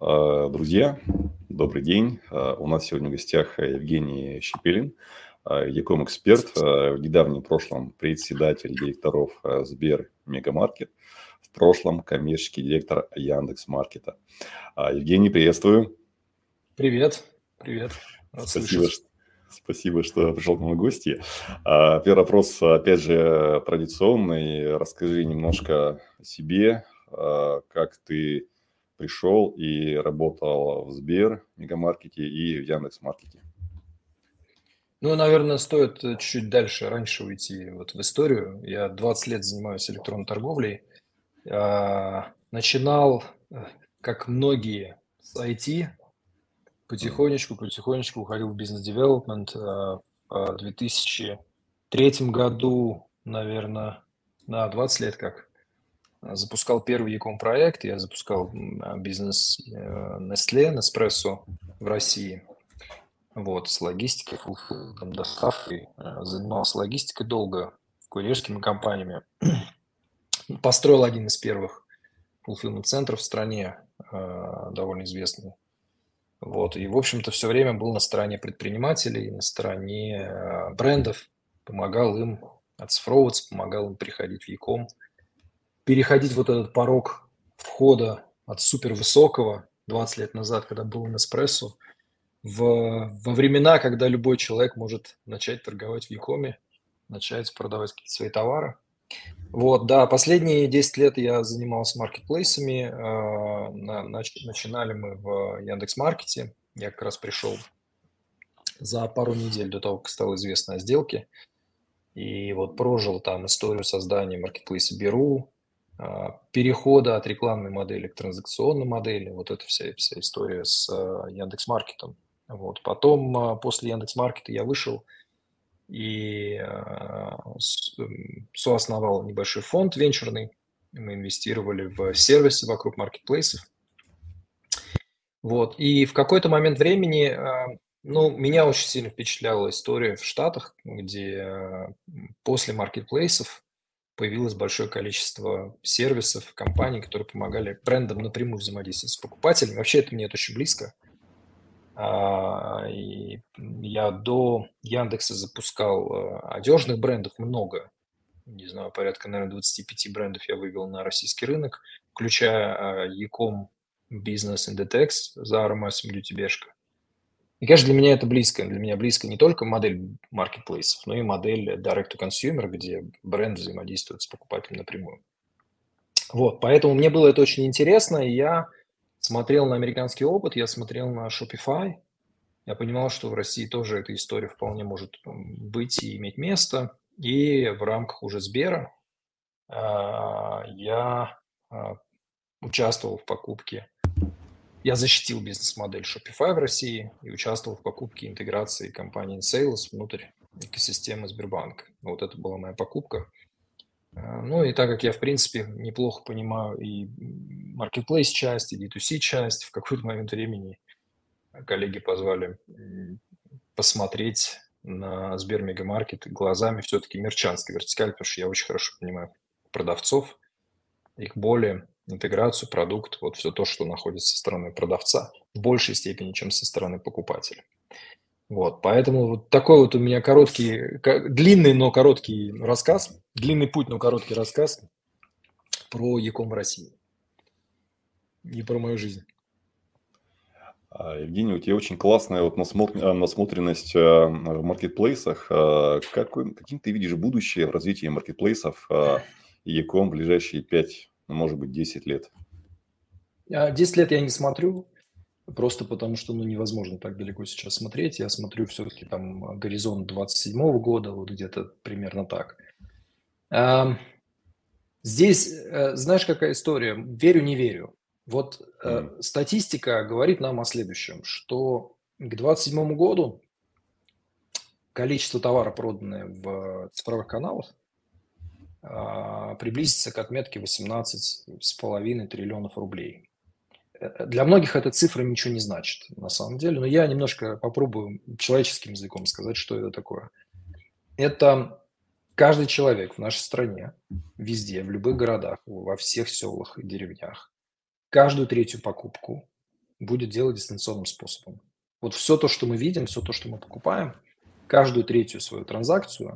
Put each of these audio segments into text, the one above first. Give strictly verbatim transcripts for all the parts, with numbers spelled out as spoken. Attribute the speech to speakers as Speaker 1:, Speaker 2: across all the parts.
Speaker 1: А, Друзья, добрый день. А, У нас сегодня в гостях э, Евгений Щепелин, а, Яком-эксперт, а, в недавнем прошлом председатель директоров а, Сбер Мегамаркет, в прошлом коммерческий директор Яндекс.Маркета. А, Евгений, приветствую.
Speaker 2: Привет, привет, рад
Speaker 1: Спасибо,
Speaker 2: слышать.
Speaker 1: ш- спасибо, что пришел к нам в гости. А, Первый вопрос, опять же, традиционный. Расскажи немножко о себе, а, как ты пришел и работал в Сбер, Мегамаркете и в Яндекс.Маркете.
Speaker 2: Ну, наверное, стоит э, чуть-чуть дальше, раньше уйти вот в историю. Я двадцать лет занимаюсь электронной торговлей. А, Начинал, э, как многие, с I T,
Speaker 1: Мгм.
Speaker 2: потихонечку, потихонечку уходил в бизнес-девелопмент. А, В две тысячи третьем году, наверное, на двадцать лет как, а, запускал первый Яком проект. Я запускал м, а, бизнес э, Nestlé, Nespresso в России. Вот, с логистикой, фулфил, там, доставкой. э, Занимался логистикой долго, курьерскими компаниями. Построил один из первых фулфилмент-центров в стране, э, довольно известный. Вот, и, в общем-то, все время был на стороне предпринимателей, на стороне э, брендов, помогал им оцифровываться, помогал им приходить в Яком, переходить вот этот порог входа от супер высокого двадцать лет назад, когда был Неспрессо, в, во времена, когда любой человек может начать торговать в Якоме, начать продавать какие-то свои товары. Вот, да, последние десять лет я занимался маркетплейсами. э, на- нач- Начинали мы в Яндекс.Маркете. Я как раз пришел за пару недель до того, как стало известно о сделке. И вот прожил там историю создания маркетплейса Беру, а, перехода от рекламной модели к транзакционной модели. Вот эта вся, вся история с а, Яндекс.Маркетом. Вот. Потом, а, после Яндекс.Маркета я вышел и а, с- м, соосновал небольшой фонд венчурный. Мы инвестировали в сервисы вокруг маркетплейсов. Вот. И в какой-то момент времени, а, ну, меня очень сильно впечатляла история в Штатах, где а, м, после маркетплейсов появилось большое количество сервисов, компаний, которые помогали брендам напрямую взаимодействовать с покупателями. Вообще это мне это очень близко. А, И я до Яндекса запускал а, одежных брендов много. Не знаю, порядка, наверное, двадцать пять брендов я вывел на российский рынок, включая а, Яком, Бизнес, Индетекс, Zara, Massimo Duty, Бершка. И, конечно, для меня это близко. Для меня близко не только модель маркетплейсов, но и модель direct-to-consumer, где бренд взаимодействует с покупателем напрямую. Вот, поэтому мне было это очень интересно, и я смотрел на американский опыт, я смотрел на Shopify, я понимал, что в России тоже эта история вполне может м, быть и иметь место. И в рамках уже Сбера а, я а, участвовал в покупке, я защитил бизнес-модель Shopify в России и участвовал в покупке интеграции компании Sales внутрь экосистемы Сбербанка. Вот это была моя покупка. А, Ну и так как я, в принципе, неплохо понимаю и marketplace часть, и ди ту си часть, в какой-то момент времени коллеги позвали м, посмотреть на Сбер Мегамаркет глазами все-таки мерчантской вертикали, потому что я очень хорошо понимаю продавцов, их боли, интеграцию, продукт, вот все то, что находится со стороны продавца, в большей степени, чем со стороны покупателя. Вот, поэтому вот такой вот у меня короткий, ка- длинный, но короткий рассказ, длинный путь, но короткий рассказ про Яком в России и про мою жизнь.
Speaker 1: А, Евгений, у тебя очень классная вот насмотр- а, насмотренность а, в маркетплейсах. А, Какой, каким ты видишь будущее в развитии маркетплейсов а, и Яком в ближайшие пять, ну, может быть, десять лет?
Speaker 2: А десять лет я не смотрю, просто потому что ну, невозможно так далеко сейчас смотреть. Я смотрю все-таки там горизонт двадцать седьмого года, вот где-то примерно так. А, Здесь, э, знаешь, какая история? Верю, не верю. Вот э,
Speaker 1: М.
Speaker 2: статистика говорит нам о следующем, что к двадцать седьмому году количество товара, проданное в цифровых каналах, а, приблизится к отметке восемнадцать с половиной триллионов рублей. Э, Для многих эта цифра ничего не значит на самом деле, но я немножко попробую человеческим языком сказать, что это такое. Это каждый человек в нашей стране, везде, в любых городах, во всех селах и деревнях, каждую третью покупку будет делать дистанционным способом. Вот все то, что мы видим, все то, что мы покупаем, каждую третью свою транзакцию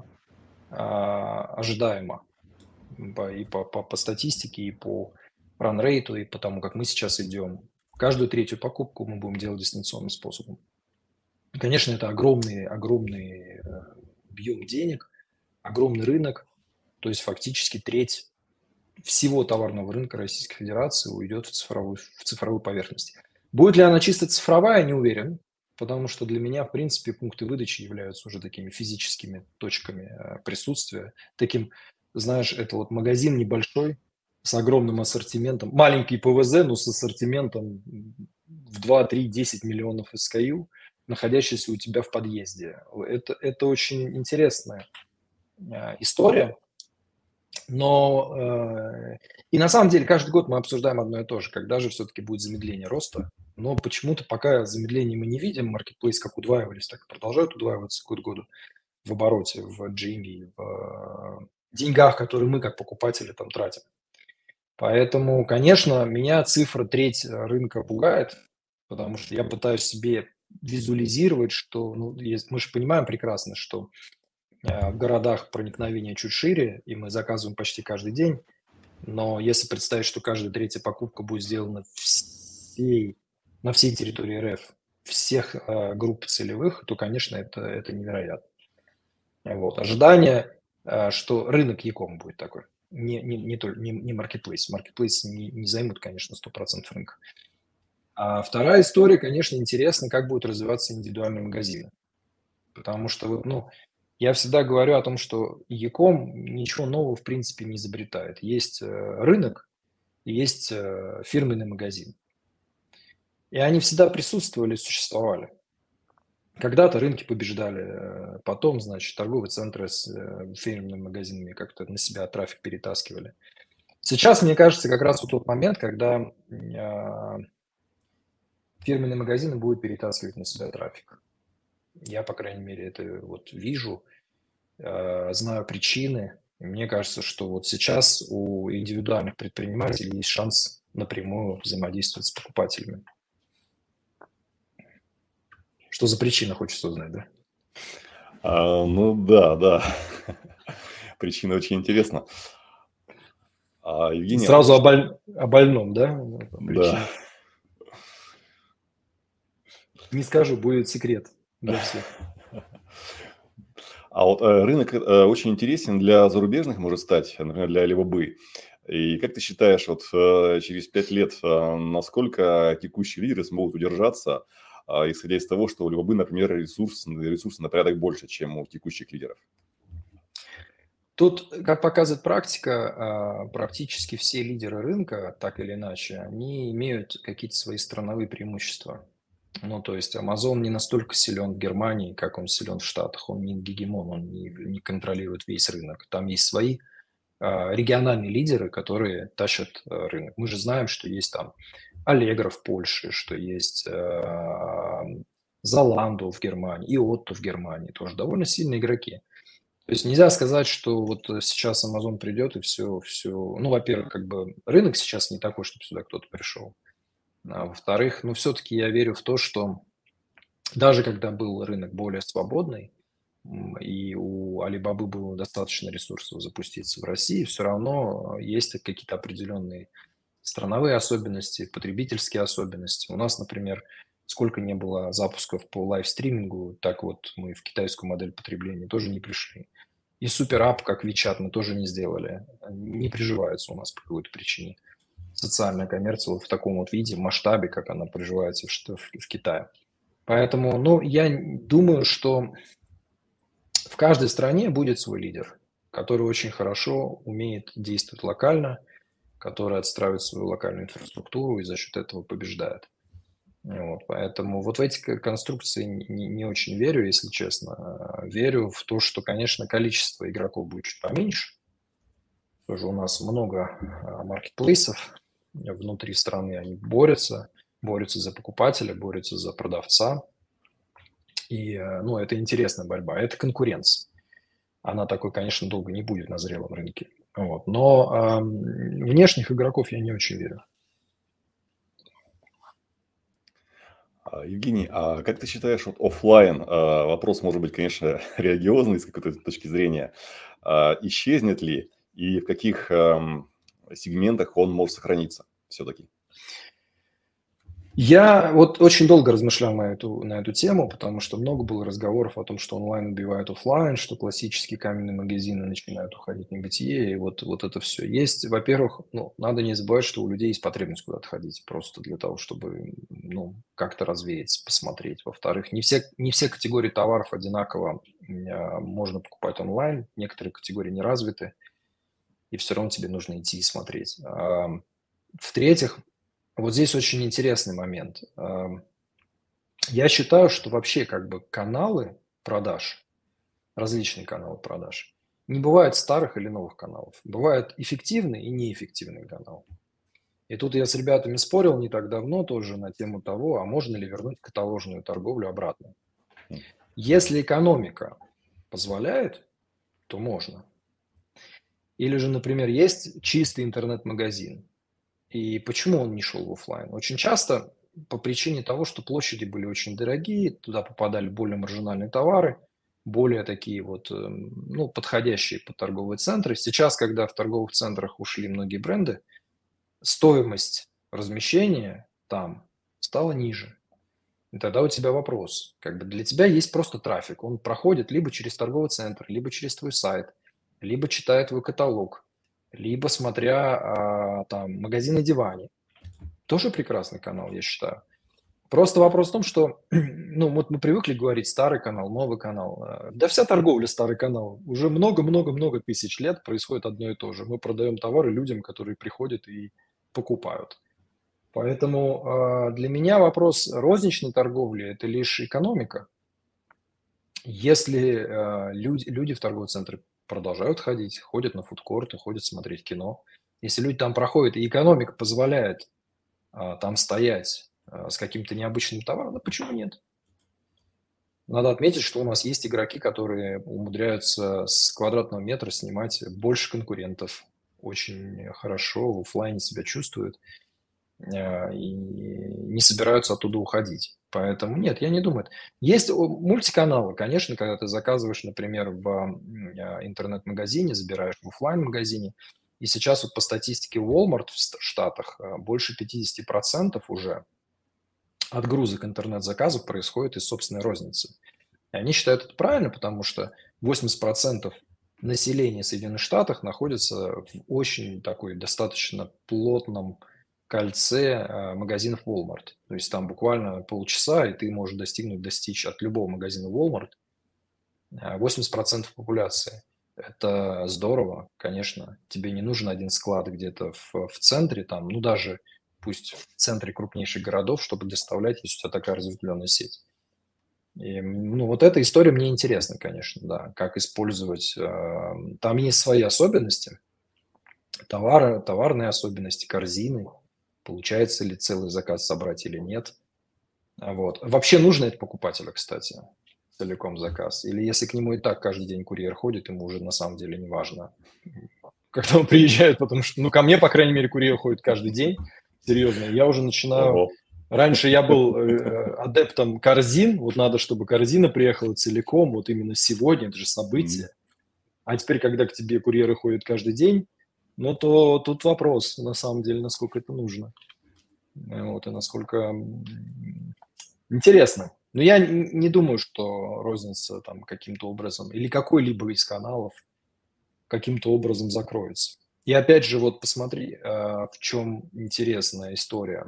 Speaker 2: а, ожидаемо по- и по, по, по статистике, и по ранрейту, и по тому, как мы сейчас идем. Каждую третью покупку мы будем делать дистанционным способом. Конечно, это огромный, огромный э, объем денег, огромный рынок, то есть фактически треть всего товарного рынка Российской Федерации уйдет в цифровую, в цифровую поверхность. Будет ли она чисто цифровая, не уверен, потому что для меня, в принципе, пункты выдачи являются уже такими физическими точками э, присутствия. Таким, знаешь, это вот магазин небольшой, с огромным ассортиментом, маленький ПВЗ, но с ассортиментом в два, три, десять миллионов эс кей ю, находящийся у тебя в подъезде. Это, это очень интересная э, история. Но э, и на самом деле каждый год мы обсуждаем одно и то же, когда же все-таки будет замедление роста. Но почему-то пока замедления мы не видим, маркетплейс как удваивались, так и продолжают удваиваться год к году в обороте, в джи эм ви, в э, деньгах, которые мы как покупатели там тратим. Поэтому, конечно, меня цифра треть рынка пугает, потому что я пытаюсь себе визуализировать, что, ну, есть, мы же понимаем прекрасно, что э, в городах проникновение чуть шире, и мы заказываем почти каждый день. Но если представить, что каждая третья покупка будет сделана всей, на всей территории эр эф, всех э, групп целевых, то, конечно, это, это невероятно. Вот. Ожидание, э, что рынок e-com будет такой, не, не, не, только- не, не marketplace. Marketplace не, не займут, конечно, сто процентов рынка. А вторая история, конечно, интересно, как будут развиваться индивидуальные магазины. Потому что, вот, ну, я всегда говорю о том, что e-com ничего нового в принципе не изобретает. Есть э, рынок, и есть э, фирменный магазин. И они всегда присутствовали, существовали. Когда-то рынки побеждали, э, потом, значит, торговые центры с э, фирменными магазинами как-то на себя трафик перетаскивали. Сейчас, мне кажется, как раз вот тот момент, когда э, фирменные магазины будут перетаскивать на себя трафик. Я, по крайней мере, это вот вижу, э, знаю причины. И мне кажется, что вот сейчас у индивидуальных предпринимателей есть шанс напрямую взаимодействовать с покупателями. Что за причина, хочется узнать, да?
Speaker 1: А, ну да, да. Причина очень интересна. А, Евгений, а как ты
Speaker 2: Сразу о,
Speaker 1: считаешь?
Speaker 2: боль... о больном, да?
Speaker 1: Да.
Speaker 2: Причина. Не скажу, будет секрет для всех.
Speaker 1: А вот э, рынок э, очень интересен для зарубежных, может стать, например, для Alibaba. И как ты считаешь, вот э, через пять лет, э, насколько текущие лидеры смогут удержаться, э, исходя из того, что у Alibaba, например, ресурс, ресурсы на порядок больше, чем у текущих лидеров?
Speaker 2: Тут, как показывает практика, а, практически все лидеры рынка, так или иначе, они имеют какие-то свои страновые преимущества. Ну, то есть Amazon не настолько силен в Германии, как он силен в Штатах. Он не гегемон, он не, не контролирует весь рынок. Там есть свои а, региональные лидеры, которые тащат а, рынок. Мы же знаем, что есть там Allegro в Польше, что есть а, Zalando в Германии и Otto в Германии. Тоже довольно сильные игроки. То есть нельзя сказать, что вот сейчас Amazon придет и все, все. Ну, во-первых, как бы рынок сейчас не такой, чтобы сюда кто-то пришел. А во-вторых, ну, все-таки я верю в то, что даже когда был рынок более свободный, м, и у Алибабы было достаточно ресурсов запуститься в России, все равно есть какие-то определенные страновые особенности, потребительские особенности. У нас, например, сколько не было запусков по лайвстримингу, так вот мы в китайскую модель потребления тоже не пришли. И суперап, как Вичат, мы тоже не сделали. Не приживается у нас по какой-то причине. Социальная коммерция вот в таком вот виде, масштабе, как она приживается в, в, в Китае. Поэтому, ну, я думаю, что в каждой стране будет свой лидер, который очень хорошо умеет действовать локально, который отстраивает свою локальную инфраструктуру и за счет этого побеждает. Вот, поэтому вот в эти конструкции не, не очень верю, если честно. Верю в то, что, конечно, количество игроков будет чуть поменьше. Тоже у нас много маркетплейсов внутри страны, они борются, борются за покупателя, борются за продавца. И, ну, это интересная борьба, это конкуренция. Она такой, конечно, долго не будет на зрелом рынке. Вот. Но э, внешних игроков я не очень верю.
Speaker 1: А, Евгений, а как ты считаешь, вот оффлайн, а, вопрос может быть, конечно, религиозный с какой-то точки зрения, а, исчезнет ли и в каких ам, сегментах он может сохраниться все-таки?
Speaker 2: Я вот очень долго размышлял на эту, на эту тему, потому что много было разговоров о том, что онлайн убивает оффлайн, что классические каменные магазины начинают уходить в небытие, и вот, вот это все. Есть, во-первых, ну, надо не забывать, что у людей есть потребность куда-то ходить, просто для того, чтобы, ну, как-то развеяться, посмотреть. Во-вторых, не все, не все категории товаров одинаково а, можно покупать онлайн, некоторые категории не развиты, и все равно тебе нужно идти и смотреть. А, В-третьих, вот здесь очень интересный момент. Ам, Я считаю, что вообще как бы каналы продаж, различные каналы продаж, не бывает старых или новых каналов. Бывают эффективные и неэффективные каналы. И тут я с ребятами спорил не так давно тоже на тему того, а можно ли вернуть каталожную торговлю обратно.
Speaker 1: М.
Speaker 2: Если экономика позволяет, то можно. Или же, например, есть чистый интернет-магазин. И почему он не шел в оффлайн? Очень часто по причине того, что площади были очень дорогие, туда попадали более маржинальные товары, более такие вот, эм, ну, подходящие под торговые центры. Сейчас, когда в торговых центрах ушли многие бренды, стоимость размещения там стала ниже. И тогда у тебя вопрос. Как бы для тебя есть просто трафик. Он проходит либо через торговый центр, либо через твой сайт, либо читает твой каталог, либо смотря а, там магазин на диване. Тоже прекрасный канал, я считаю. Просто вопрос в том, что, ну, вот мы привыкли говорить старый канал, новый канал. Э, Да вся торговля старый канал. Уже много-много-много тысяч лет происходит одно и то же. Мы продаем товары людям, которые приходят и покупают. Поэтому э, для меня вопрос розничной торговли – это лишь экономика. Если э, люди, люди в торговые центры продолжают ходить, ходят на фудкорты, ходят смотреть кино, если люди там проходят, и экономика позволяет а, там стоять а, с каким-то необычным товаром, ну почему нет? Надо отметить, что у нас есть игроки, которые умудряются с квадратного метра снимать больше конкурентов, очень хорошо в оффлайне себя чувствуют а, и не собираются оттуда уходить. Поэтому нет, я не думаю. Есть о, мультиканалы, конечно, когда ты заказываешь, например, в м, а, интернет-магазине, забираешь в оффлайн-магазине, и сейчас вот по статистике Walmart в Ст- Штатах а, больше пятьдесят процентов уже отгрузок интернет-заказов происходит из собственной розницы. И они считают это правильно, потому что восемьдесят процентов населения Соединенных Штатов находится в очень такой достаточно плотном кольце а, магазинов Walmart. То есть там буквально полчаса, и ты можешь достигнуть, достичь от любого магазина Walmart а, восемьдесят процентов популяции. Это здорово, конечно. Тебе не нужен один склад где-то в, в центре, там, ну даже пусть в центре крупнейших городов, чтобы доставлять, если у тебя такая разветвленная сеть. И, ну, вот эта история мне интересна, конечно, да, как использовать. э, Там есть свои особенности, товары, товарные особенности, корзины, получается ли целый заказ собрать или нет. А Вот. Вообще нужно это покупателю, кстати, целиком заказ? Или если к нему и так каждый день курьер ходит, ему уже на самом деле не важно, когда он приезжает, потому что, ну, ко мне, по крайней мере, курьер ходит каждый день, серьезно, и я уже начинаю.
Speaker 1: Ого.
Speaker 2: Раньше я был э, адептом корзин, вот надо, чтобы корзина приехала целиком, вот именно сегодня, это же
Speaker 1: М.
Speaker 2: событие. А теперь, когда к тебе курьеры ходят каждый день, ну, то тут вопрос, на самом деле, насколько это нужно. Э, Вот, и насколько м, интересно. Но я н- не думаю, что розница там каким-то образом, или какой-либо из каналов каким-то образом закроется. И опять же, вот посмотри, э, в чем интересная история.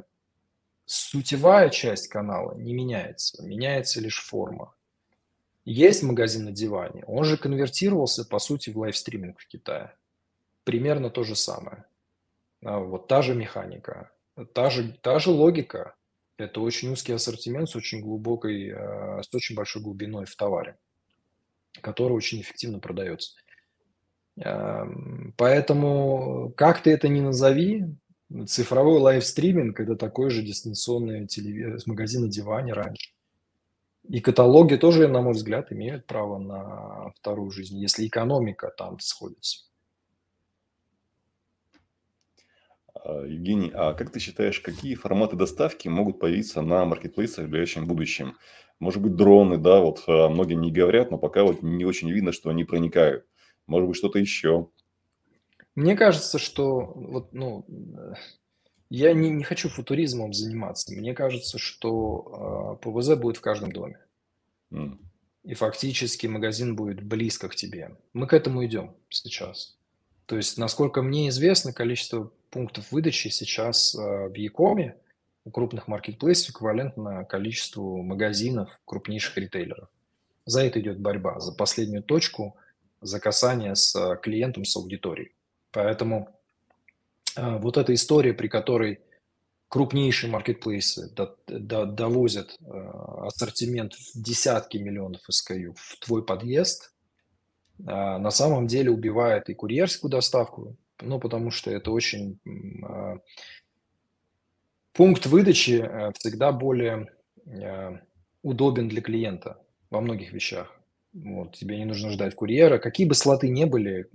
Speaker 2: Сутевая часть канала не меняется, меняется лишь форма. Есть магазин на диване, он же конвертировался, по сути, в лайвстриминг в Китае. Примерно то же самое. А, Вот та же механика, та же, та же логика. Это очень узкий ассортимент с очень глубокой, э, с очень большой глубиной в товаре, который очень эффективно продается. Эм, Поэтому, как ты это ни назови, цифровой лайвстриминг – это такой же дистанционный телевизор, магазин на диване раньше. И каталоги тоже, на мой взгляд, имеют право на вторую жизнь, если экономика там сходится.
Speaker 1: А, Евгений, а как ты считаешь, какие форматы доставки могут появиться на маркетплейсах в ближайшем будущем? Может быть, дроны, да, вот а, многие не говорят, но пока вот не очень видно, что они проникают. Может быть, что-то еще.
Speaker 2: Мне кажется, что вот, ну, э, я не, не хочу футуризмом заниматься. Мне кажется, что э, ПВЗ будет в каждом доме.
Speaker 1: М,
Speaker 2: И фактически магазин будет близко к тебе. Мы к этому идем сейчас. То есть, насколько мне известно, количество пунктов выдачи сейчас э, в Якоме у крупных маркетплейсов эквивалентно количеству магазинов крупнейших ритейлеров. За это идет борьба, за последнюю точку, за касание с э, клиентом, с аудиторией. Поэтому э, вот эта история, при которой крупнейшие маркетплейсы до- до- довозят э, ассортимент в десятки миллионов эс кей ю в твой подъезд, а, на самом деле убивает и курьерскую доставку, ну, потому что это очень... м, а, Пункт выдачи э, всегда более э, удобен для клиента во многих вещах. Вот, тебе не нужно ждать курьера. Какие бы слоты не были,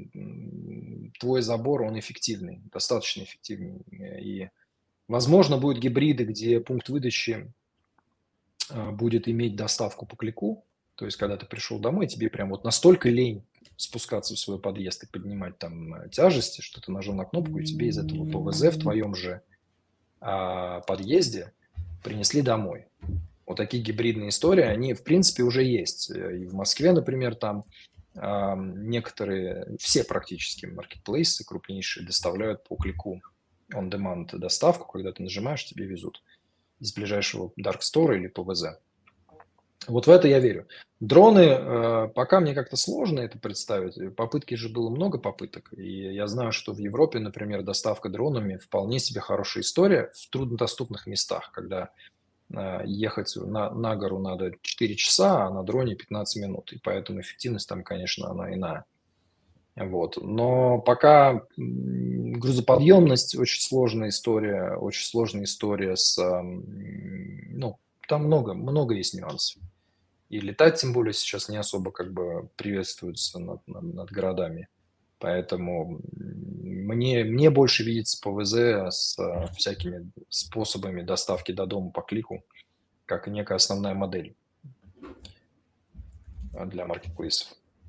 Speaker 2: м, твой забор, он эффективный, достаточно эффективный. И, возможно, будут гибриды, где пункт выдачи а, будет иметь доставку по клику. То есть, когда ты пришел домой, тебе прям вот настолько лень спускаться в свой подъезд и поднимать там э, тяжести, что ты нажал на кнопку, и тебе из этого ПВЗ в твоем же а, подъезде принесли домой. Вот такие гибридные истории, они в принципе уже есть. Э, И в Москве, например, там а, некоторые, все практически маркетплейсы крупнейшие доставляют по клику on-demand доставку, когда ты нажимаешь, тебе везут из ближайшего Dark Store или ПВЗ. Вот в это я верю. Дроны, э, пока мне как-то сложно это представить. Попытки же было много попыток. И я знаю, что в Европе, например, доставка дронами вполне себе хорошая история в труднодоступных местах, когда э, ехать на, на гору надо четыре часа, а на дроне пятнадцать минут. И поэтому эффективность там, конечно, она иная. Вот. Но пока м, грузоподъемность очень сложная история, очень сложная история с, м, ну, там много, много есть нюансов. И летать, тем более, сейчас не особо как бы приветствуется над, над, над городами. Поэтому мне, мне больше видится ПВЗ с а, всякими способами доставки до дома по клику, как некая основная модель а, для маркетплейсов.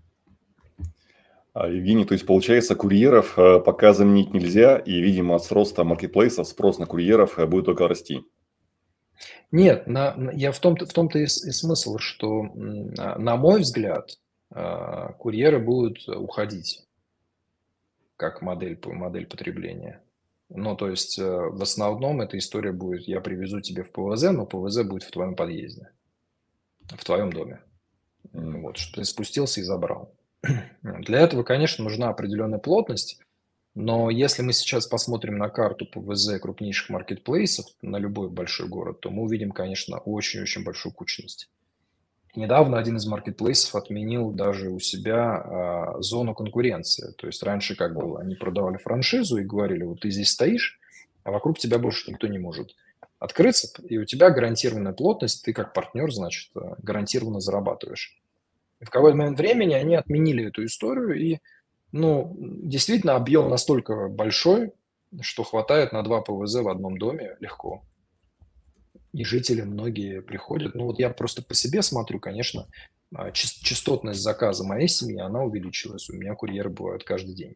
Speaker 1: А, Евгений, то есть получается, курьеров э, пока заменить нельзя, и, видимо, с роста маркетплейсов спрос на курьеров э, будет только расти.
Speaker 2: Нет, на, на- я в том-то, в том-то и, с- и смысл, что, м, а, на мой взгляд, а, курьеры будут уходить как модель, п- модель потребления. Ну, то есть, э, в основном эта история будет, я привезу тебе в ПВЗ, но ПВЗ будет в твоем подъезде, в твоем доме.
Speaker 1: М.
Speaker 2: Вот, что ты спустился и забрал. Для этого, конечно, нужна определенная плотность, но если мы сейчас посмотрим на карту ПВЗ крупнейших маркетплейсов на любой большой город, то мы увидим, конечно, очень-очень большую кучность. Недавно один из маркетплейсов отменил даже у себя а, зону конкуренции. То есть раньше как было? Они продавали франшизу и говорили, вот ты здесь стоишь, а вокруг тебя больше никто не может открыться, и у тебя гарантированная плотность, ты как партнер, значит, а, гарантированно зарабатываешь. И в какой-то момент времени они отменили эту историю, и, ну, действительно, объем настолько большой, что хватает на два ПВЗ в одном доме легко. И жители многие приходят. Ну, вот я просто по себе смотрю, конечно, а, чис- частотность заказа моей семьи, она увеличилась. У меня курьеры бывают каждый день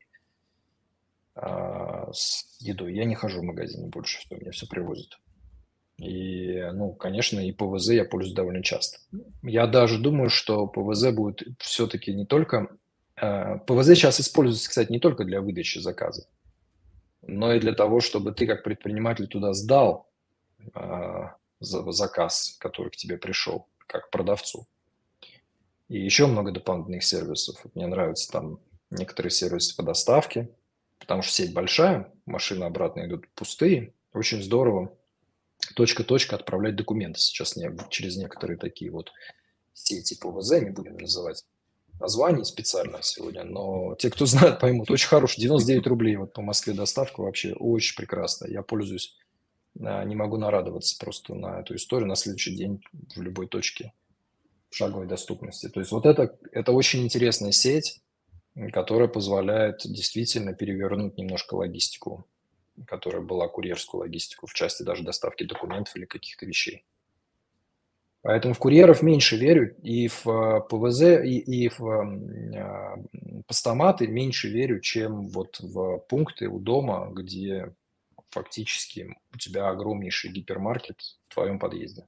Speaker 2: а, с едой. Я не хожу в магазин больше, что мне все привозят. И, ну, конечно, и ПВЗ я пользуюсь довольно часто. Я даже думаю, что ПВЗ будет все-таки не только... а, ПВЗ сейчас используется, кстати, не только для выдачи заказа, но и для того, чтобы ты как предприниматель туда сдал а, за- заказ, который к тебе пришел, как продавцу. И еще много дополнительных сервисов. Вот мне нравятся там некоторые сервисы по доставке, потому что сеть большая, машины обратно идут пустые. Очень здорово точка-точка отправлять документы сейчас не, через некоторые такие вот сети ПВЗ, не будем называть названий специально сегодня, но те, кто знает, поймут. Очень хороший, девяносто девять рублей вот по Москве доставка вообще очень прекрасно. Я пользуюсь, а, не могу нарадоваться просто на эту историю на следующий день в любой точке шаговой доступности. То есть вот это, это очень интересная сеть, м, которая позволяет действительно перевернуть немножко логистику которая была курьерскую логистику в части даже доставки документов или каких-то вещей. Поэтому в курьеров меньше верю, и в э, ПВЗ, и, и в э, постаматы меньше верю, чем вот в пункты у дома, где фактически у тебя огромнейший гипермаркет в твоем подъезде.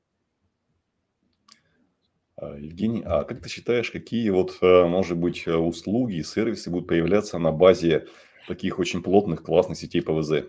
Speaker 1: А, Евгений, а как ты считаешь, какие вот, э, может быть, э, услуги и сервисы будут появляться на базе таких очень плотных, классных сетей ПВЗ?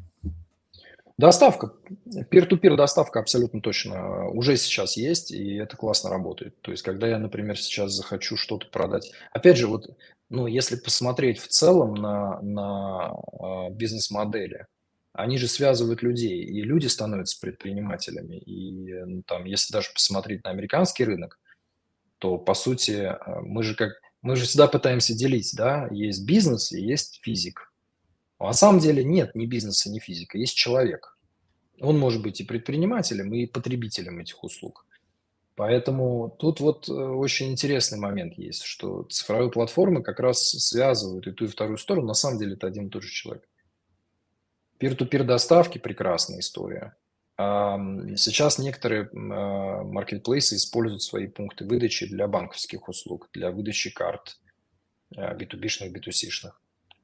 Speaker 2: Доставка, peer-to-peer доставка абсолютно точно уже сейчас есть, и это классно работает. То есть, когда я, например, сейчас захочу что-то продать, опять же, вот, ну, если посмотреть в целом на, на а, бизнес-модели, они же связывают людей, и люди становятся предпринимателями. И ну, там, если даже посмотреть на американский рынок, то, по сути, а, мы же как мы же всегда пытаемся делить, да, есть бизнес и есть физик. А на самом деле нет ни бизнеса, ни физика, есть человек. Он может быть и предпринимателем, и потребителем этих услуг. Поэтому тут вот э, очень интересный момент есть, что цифровые платформы как раз связывают и ту, и вторую сторону. На самом деле это один и тот же человек. Peer-to-peer доставки – прекрасная история. А, м, Сейчас некоторые м, а, маркетплейсы используют свои пункты выдачи для банковских услуг, для выдачи карт а, би ту би-шных, би ту си-шных.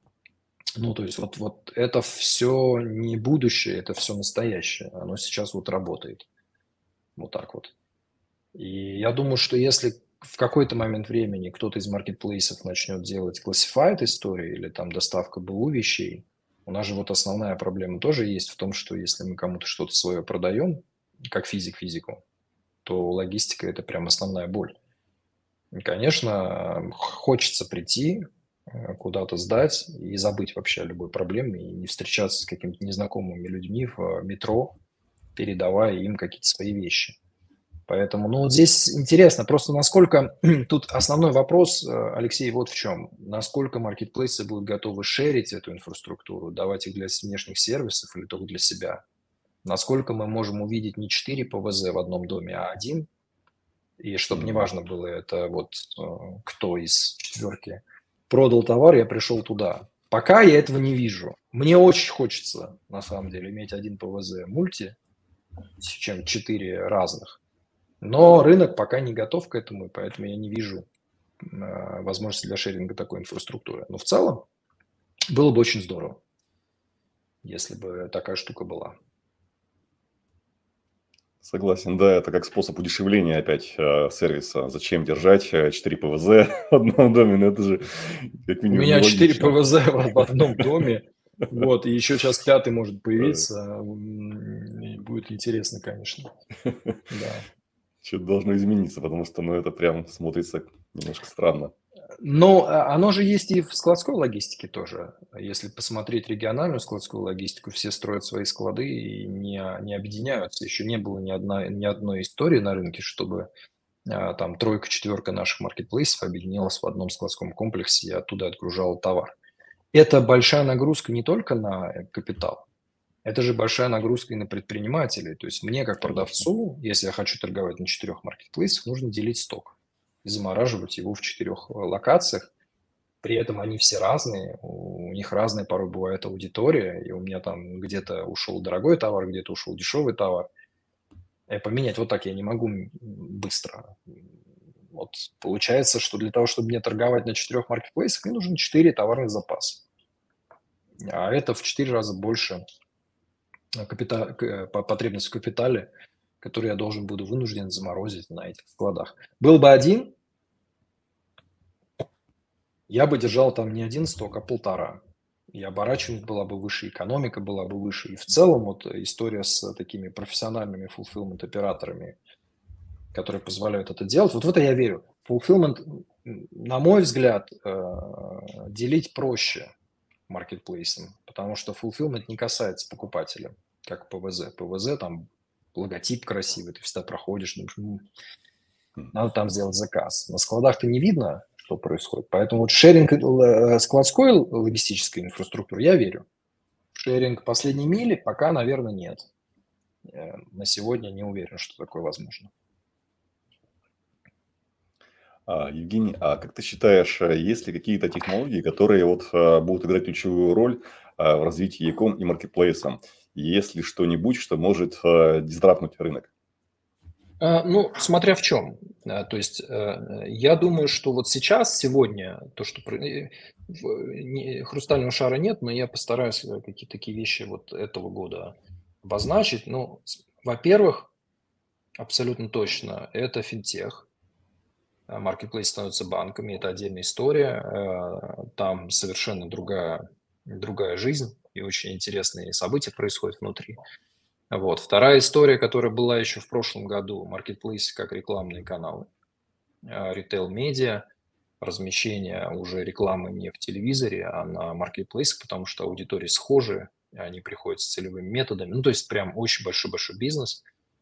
Speaker 2: Ну, то есть вот, вот это все не будущее, это все настоящее. Оно сейчас вот работает. Вот так вот. И я думаю, что если в какой-то момент времени кто-то из маркетплейсов начнет делать classified истории или там доставка БУ вещей, у нас же вот основная проблема тоже есть в том, что если мы кому-то что-то свое продаем, как физик физику, то логистика – это прям основная боль. И, конечно, хочется прийти, э, куда-то сдать и забыть вообще о любой проблеме и не встречаться с какими-то незнакомыми людьми в метро, передавая им какие-то свои вещи. Поэтому, ну, вот здесь интересно, просто насколько тут основной вопрос, э, Алексей, вот в чем. Насколько маркетплейсы будут готовы шерить эту инфраструктуру, давать их для внешних сервисов или только для себя. Насколько мы можем увидеть не четыре ПВЗ в одном доме, а один, и чтобы
Speaker 1: Мгм.
Speaker 2: неважно было это вот э, кто из четверки продал товар, я пришел туда. Пока я этого не вижу. Мне очень хочется, на самом деле, иметь один ПВЗ мульти, чем четыре разных. Но рынок пока не готов к этому, и поэтому я не вижу э, возможности для шеринга такой инфраструктуры. Но в целом было бы очень здорово, если бы такая штука была.
Speaker 1: Согласен, да, это как способ удешевления опять э, сервиса. Зачем держать э, четыре ПВЗ в одном доме? Ну, это же как
Speaker 2: У
Speaker 1: минимум
Speaker 2: меня четыре
Speaker 1: нелогично.
Speaker 2: ПВЗ в в одном доме, вот, и еще сейчас пятый может
Speaker 1: Да.
Speaker 2: появиться, м, и будет интересно, конечно, да.
Speaker 1: Что-то должно измениться, потому что, ну, это прям смотрится немножко странно.
Speaker 2: Но а, оно же есть и в складской логистике тоже. Если посмотреть региональную складскую логистику, все строят свои склады и не, не объединяются. Еще не было ни, одна, ни одной истории на рынке, чтобы а, там тройка-четверка наших маркетплейсов объединилась в одном складском комплексе и оттуда отгружала товар. Это большая нагрузка не только на э, капитал, это же большая нагрузка и на предпринимателей. То есть мне, как
Speaker 1: Конечно.
Speaker 2: продавцу, если я хочу торговать на четырех маркетплейсах, нужно делить сток и замораживать его в четырех э, локациях. При этом они все разные, у них разная порой бывает аудитория, и у меня там где-то ушел дорогой товар, где-то ушел дешевый товар. И поменять вот так я не могу быстро. Вот получается, что для того, чтобы мне торговать на четырех маркетплейсах, мне нужно четыре товарных запаса. А это в четыре раза больше капита... потребность в капитале, который я должен буду вынужден заморозить на этих складах. Был бы один, я бы держал там не один сток, а полтора. И оборачиваемость была бы выше, экономика была бы выше. И в целом вот история с такими профессиональными fulfillment-операторами, которые позволяют это делать, вот в это я верю. Fulfillment, на мой взгляд, делить проще маркетплейсом, потому что fulfillment не касается покупателя, как ПВЗ. ПВЗ там логотип красивый, ты всегда проходишь, думаешь, надо там сделать заказ. На складах-то не видно, что происходит. Поэтому вот шеринг складской логистической инфраструктуры я верю. Шеринг последней мили пока, наверное, нет. На сегодня не уверен, что такое возможно.
Speaker 1: А, Евгений, а как ты считаешь, э, есть ли какие-то технологии, которые вот а, будут играть ключевую роль а, в развитии e-com и маркетплейса? Есть ли что-нибудь, что может а, дисрапнуть рынок?
Speaker 2: А, Ну, смотря в чем. А, То есть, э, я думаю, что вот сейчас, сегодня, то, что... про- э, в- не- Хрустального шара нет, но я постараюсь э, какие-то такие вещи вот этого года обозначить. Ну, с- во-первых, абсолютно точно, это финтех. А, Marketplace становится банками, это отдельная история. Э, Там совершенно другая, другая жизнь и очень интересные события происходят внутри. Вот. Вторая история, которая была еще в прошлом году, Marketplace как рекламные каналы, ритейл-медиа, размещение уже рекламы не в телевизоре, а на Marketplace, потому что аудитории схожи, они приходят с целевыми методами. Ну, то есть прям очень большой-большой бизнес.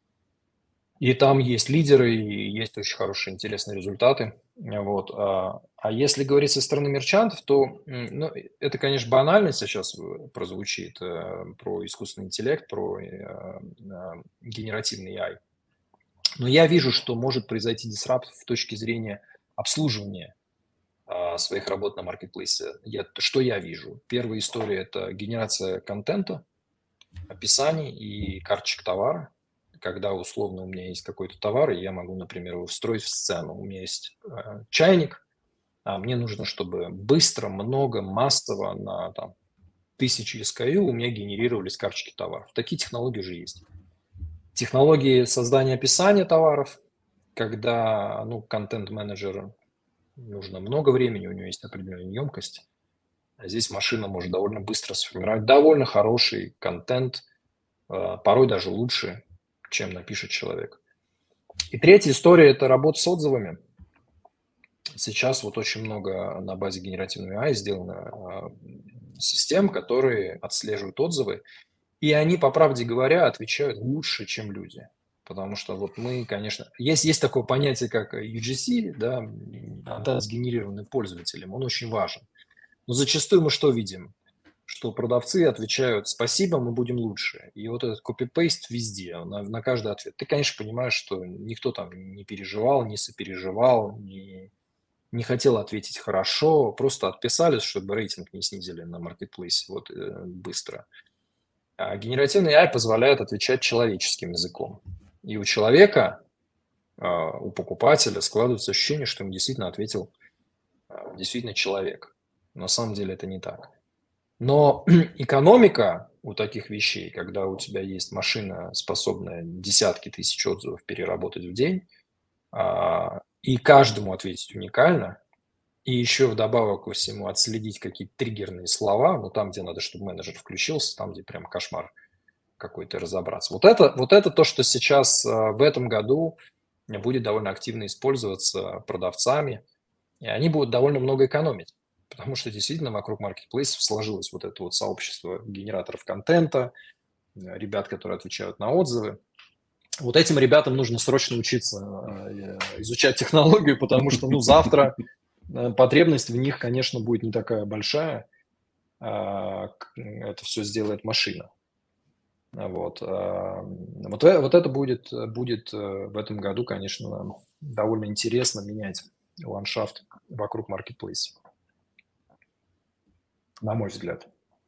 Speaker 2: И там есть лидеры, и есть очень хорошие, интересные результаты. Вот. А, а если говорить со стороны мерчантов, то м, ну, это, конечно, банально сейчас э, прозвучит э, про искусственный интеллект, про э, э, генеративный A I. Но я вижу, что может произойти дисрапт с точки зрения обслуживания а, своих работ на маркетплейсе. Я, что я вижу? Первая история – это генерация контента, описаний и карточек товара. Когда условно у меня есть какой-то товар, и я могу, например, его встроить в сцену. У меня есть э, чайник, а мне нужно, чтобы быстро, много, массово на там, тысячи эс кей ю у меня генерировались карточки товаров. Такие технологии уже есть. Технологии создания описания товаров, когда ну, контент-менеджеру нужно много времени, у него есть определенная емкость. А здесь машина может довольно быстро сформировать довольно хороший контент, э, порой даже лучше, чем напишет человек. И третья история – это работа с отзывами. Сейчас вот очень много на базе генеративного A I сделано э, систем, которые отслеживают отзывы, и они, по правде говоря, отвечают лучше, чем люди. Потому что вот мы, конечно... Есть, есть такое понятие, как ю джи си, да, мандат сгенерированный пользователем, он очень важен. Но зачастую мы что видим? Что продавцы отвечают «спасибо, мы будем лучше». И вот этот копипейст везде, на, на каждый ответ. Ты, конечно, понимаешь, что никто там не переживал, не сопереживал, не, не хотел ответить хорошо, просто отписались, чтобы рейтинг не снизили на маркетплейсе вот, э, быстро. А генеративный A I позволяет отвечать человеческим языком. И у человека, а, у покупателя складывается ощущение, что ему действительно ответил а, действительно человек. На самом деле это не так. Но экономика у таких вещей, когда у тебя есть машина, способная десятки тысяч отзывов переработать в день, а, и каждому ответить уникально, и еще вдобавок ко всему отследить какие-то триггерные слова, ну там, где надо, чтобы менеджер включился, там, где прям кошмар какой-то разобраться. Вот это, вот это то, что сейчас а, в этом году будет довольно активно использоваться продавцами, и они будут довольно много экономить. Потому что действительно вокруг маркетплейсов сложилось вот это вот сообщество генераторов контента, э, ребят, которые отвечают на отзывы. Вот этим ребятам нужно срочно учиться э, изучать технологию, потому что ну, завтра э, потребность в них, конечно, будет не такая большая. а, к- Это все сделает машина. Вот, а, вот, э- вот это будет, будет э, в этом году, конечно, довольно интересно менять ландшафт вокруг маркетплейса, на мой взгляд.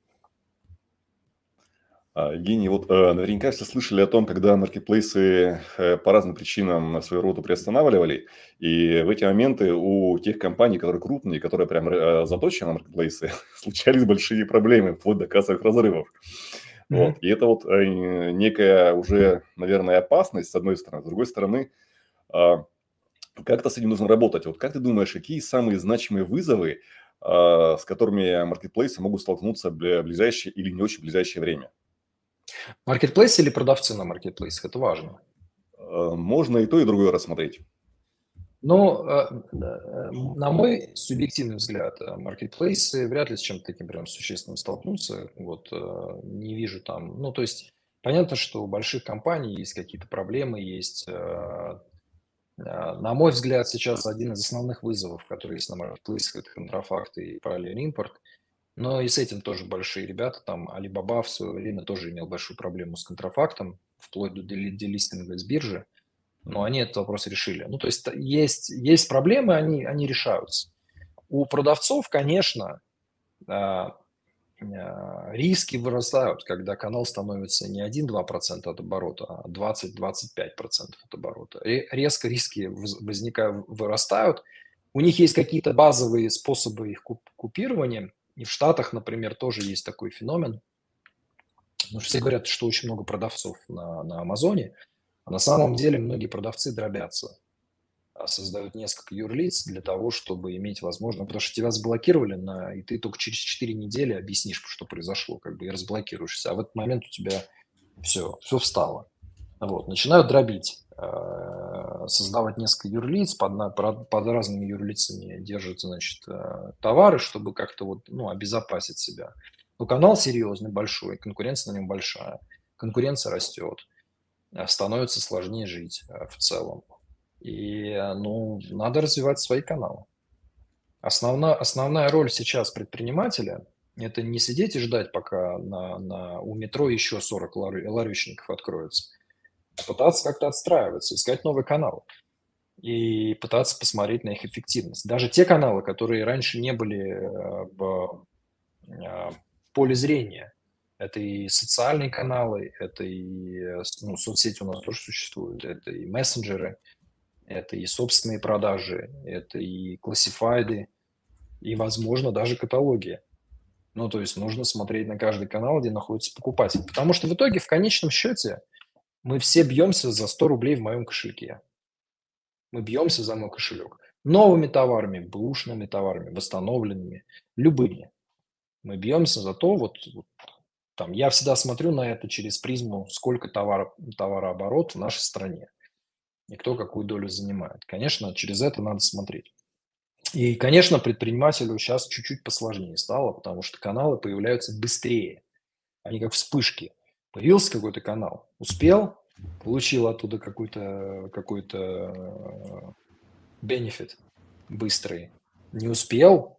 Speaker 1: А, Евгений, вот э, наверняка все слышали о том, когда маркетплейсы э, по разным причинам свою работу приостанавливали, и в эти моменты у тех компаний, которые крупные, которые прям э, заточены на маркетплейсы, случались большие проблемы, вплоть до кассовых разрывов. Вот.
Speaker 2: Мгм.
Speaker 1: И это вот э, некая уже, наверное, опасность, с одной стороны. С другой стороны, а, как-то с этим нужно работать. Вот как ты думаешь, какие самые значимые вызовы, а, с которыми маркетплейсы могут столкнуться в бля- ближайшее или не очень ближайшее время?
Speaker 2: Маркетплейс или продавцы на маркетплейсах? Это важно.
Speaker 1: Э, Можно и то, и другое рассмотреть.
Speaker 2: Но, э, э, на мой субъективный взгляд, э, маркетплейсы вряд ли с чем-то таким прям существенным столкнутся. Вот, э, не вижу там... Ну, то есть, понятно, что у больших компаний есть какие-то проблемы, есть... э, э, На мой взгляд, сейчас один из основных вызовов, которые есть на маркетплейсах, это контрафакт и параллельный импорт. Но и с этим тоже большие ребята. Там Alibaba в свое время тоже имел большую проблему с контрафактом, вплоть до дели- делистинга с биржи. но они этот вопрос решили. Ну, то есть есть, есть проблемы, они, они решаются. У продавцов, конечно, а, а, риски вырастают, когда канал становится не один-два процента от оборота, а двадцать-двадцать пять процентов от оборота. Ре- Резко риски воз- возникают, вырастают. У них есть какие-то базовые способы их куп- купирования. И в Штатах, например, тоже есть такой феномен. Потому что все говорят, что очень много продавцов на, на Амазоне, а на самом деле многие продавцы дробятся, а создают несколько юрлиц для того, чтобы иметь возможность, потому что тебя заблокировали, на, и ты только через четыре недели объяснишь, что произошло, как бы и разблокируешься. А в этот момент у тебя все, все встало. Вот, начинают дробить, э, создавать несколько юрлиц, под, на- под, под разными юрлицами держат, значит, э, товары, чтобы как-то вот, ну, обезопасить себя. Но канал серьезный, большой, конкуренция на нем большая, конкуренция растет, э, становится сложнее жить э, в целом. И, э, ну, надо развивать свои каналы. Основна, основная роль сейчас предпринимателя – это не сидеть и ждать, пока на, на, у метро еще сорок лар- ларечников откроется, а пытаться как-то отстраиваться, искать новые каналы и пытаться посмотреть на их эффективность. Даже те каналы, которые раньше не были э, в э, поле зрения, это и социальные каналы, это и э, ну, соцсети у нас тоже существуют, это и мессенджеры, это и собственные продажи, это и классифайды, и, возможно, даже каталоги. Ну, то есть нужно смотреть на каждый канал, где находится покупатель. Потому что в итоге, в конечном счете, мы все бьемся за сто рублей в моем кошельке. Мы бьемся за мой кошелек. Новыми товарами, бэушными товарами, восстановленными, любыми. Мы бьемся за то, вот, вот там, я всегда смотрю на это через призму, сколько товара, товарооборот в нашей стране и кто какую долю занимает. Конечно, через это надо смотреть. И, конечно, предпринимателю сейчас чуть-чуть посложнее стало, потому что каналы появляются быстрее. Они как вспышки. Появился какой-то канал, успел, получил оттуда какой-то какой-то бенефит быстрый. Не успел,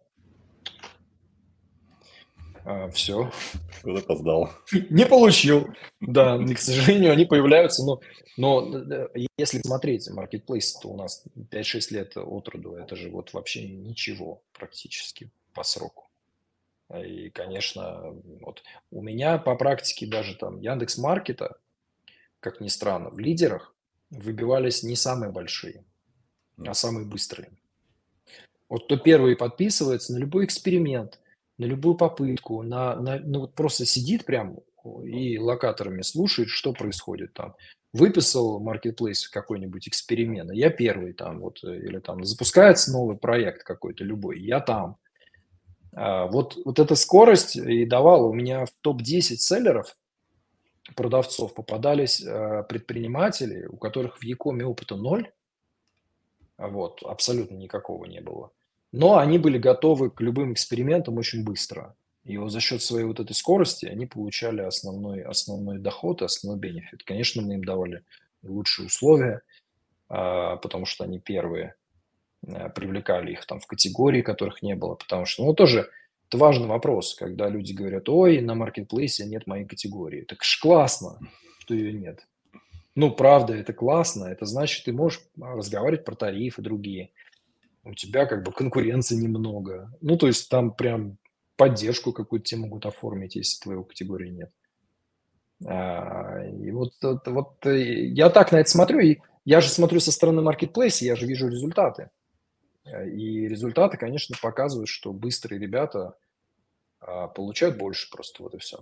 Speaker 2: все,
Speaker 1: Вот опоздал.
Speaker 2: не получил. Да, к сожалению, они появляются, но, но если смотреть, маркетплейс у нас пять-шесть лет от роду, это же вот вообще ничего практически по сроку. И, конечно, вот у меня по практике даже там Яндекс.Маркета, как ни странно, в лидерах выбивались не самые большие, а самые быстрые. Вот кто первый подписывается на любой эксперимент, на любую попытку, на, на, ну вот просто сидит прям и локаторами слушает, что происходит там. Выписал маркетплейс какой-нибудь эксперимент, я первый там, вот, или там запускается новый проект какой-то любой, я там. А, Вот, вот эта скорость и давала у меня в топ десять селлеров, продавцов, попадались а, предприниматели, у которых в Якоме опыта ноль, а вот, абсолютно никакого не было. Но они были готовы к любым экспериментам очень быстро. И вот за счет своей вот этой скорости они получали основной, основной доход, основной бенефит. Конечно, мы им давали лучшие условия, а, потому что они первые, а, привлекали их там в категории, которых не было. Потому что, ну, тоже это важный вопрос, когда люди говорят, ой, на маркетплейсе нет моей категории. Так ж классно, что ее нет. Ну, правда, это классно. Это значит, ты можешь разговаривать про тарифы другие. У тебя как бы конкуренции немного. Ну, то есть там прям поддержку какую-то тебе могут оформить, если твоей категории нет. А, и вот, вот, вот э, я так на это смотрю, и я же смотрю со стороны маркетплейса, я же вижу результаты. Э, И результаты, конечно, показывают, что быстрые ребята а, получают больше просто, вот и все.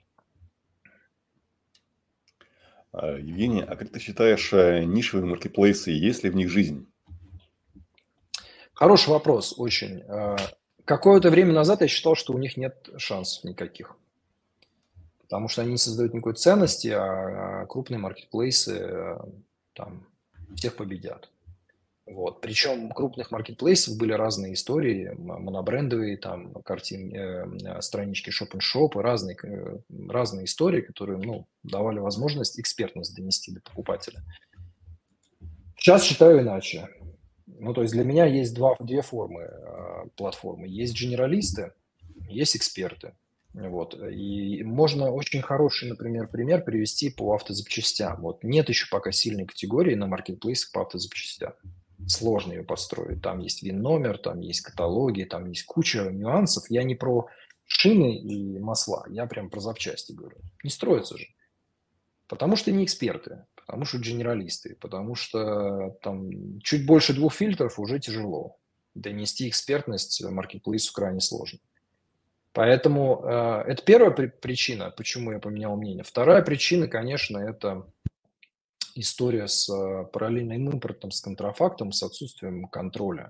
Speaker 1: А, Евгений, а как ты считаешь, э, нишевые маркетплейсы, есть ли в них жизнь?
Speaker 2: Хороший вопрос, очень. А, Какое-то время назад я считал, что у них нет шансов никаких. Потому что они не создают никакой ценности, а а крупные маркетплейсы э, там всех победят. Вот. Причем у крупных маркетплейсов были разные истории, м- монобрендовые там картин, э, э, странички шоп-н-шоп, разные, э, разные истории, которые ну, давали возможность экспертность донести до покупателя. Сейчас считаю иначе. Ну, то есть для меня есть два, две формы э, платформы. Есть генералисты, есть эксперты. Вот. И можно очень хороший, например, пример привести по автозапчастям. Вот нет еще пока сильной категории на маркетплейсах по автозапчастям. Сложно ее построить. Там есть ВИН-номер, там есть каталоги, там есть куча нюансов. Я не про шины и масла, я прям про запчасти говорю. Не строится же. Потому что не эксперты, потому что генералисты, потому что там чуть больше двух фильтров уже тяжело. Донести экспертность маркетплейсу крайне сложно. Поэтому э, это первая при- причина, почему я поменял мнение. Вторая причина, конечно, это история с э, параллельным импортом, с контрафактом, с отсутствием контроля.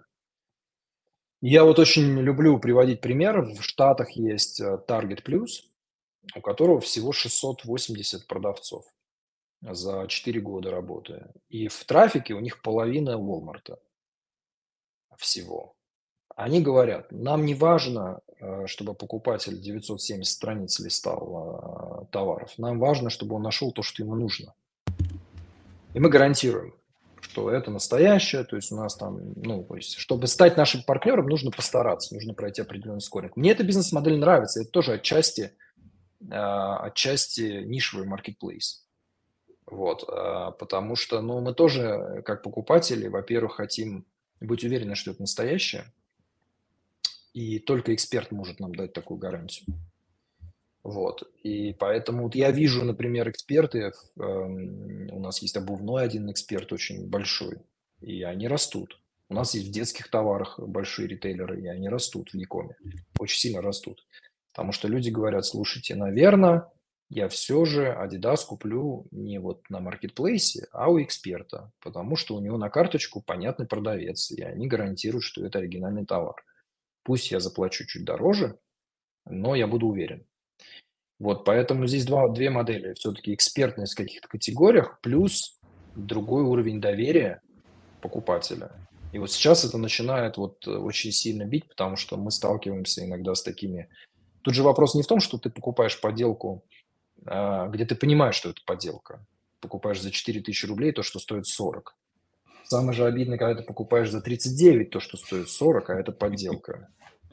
Speaker 2: Я вот очень люблю приводить пример. В Штатах есть э, Target Plus, у которого всего шестьсот восемьдесят продавцов за четыре года работы. И в трафике у них половина Walmart всего. Они говорят, нам не важно, э, чтобы покупатель девятьсот семьдесят страниц листал э, товаров. Нам важно, чтобы он нашел то, что ему нужно. И мы гарантируем, что это настоящее. То есть у нас там, ну, то есть, чтобы стать нашим партнером, нужно постараться, нужно пройти определенный скоринг. Мне эта бизнес-модель нравится. Это тоже отчасти, э, отчасти нишевый маркетплейс. Вот, э, потому что, ну, мы тоже, как покупатели, во-первых, хотим быть уверены, что это настоящее. И только эксперт может нам дать такую гарантию. Вот. И поэтому вот я вижу, например, эксперты, эм, у нас есть обувной один эксперт очень большой, и они растут. У нас есть в детских товарах большие ритейлеры, и они растут в Якоме, очень сильно растут. Потому что люди говорят, слушайте, наверное, я все же Adidas куплю не вот на маркетплейсе, а у эксперта, потому что у него на карточку понятный продавец, и они гарантируют, что это оригинальный товар. Пусть я заплачу чуть дороже, но я буду уверен. Вот, поэтому здесь два, две модели. Все-таки экспертность в каких-то категориях плюс другой уровень доверия покупателя. И вот сейчас это начинает вот очень сильно бить, потому что мы сталкиваемся иногда с такими... Тут же вопрос не в том, что ты покупаешь подделку, а, где ты понимаешь, что это подделка. Покупаешь за четыре тысячи рублей то, что стоит сорок. Самое же обидное, когда ты покупаешь за тридцать девять то, что стоит сорок, а это подделка.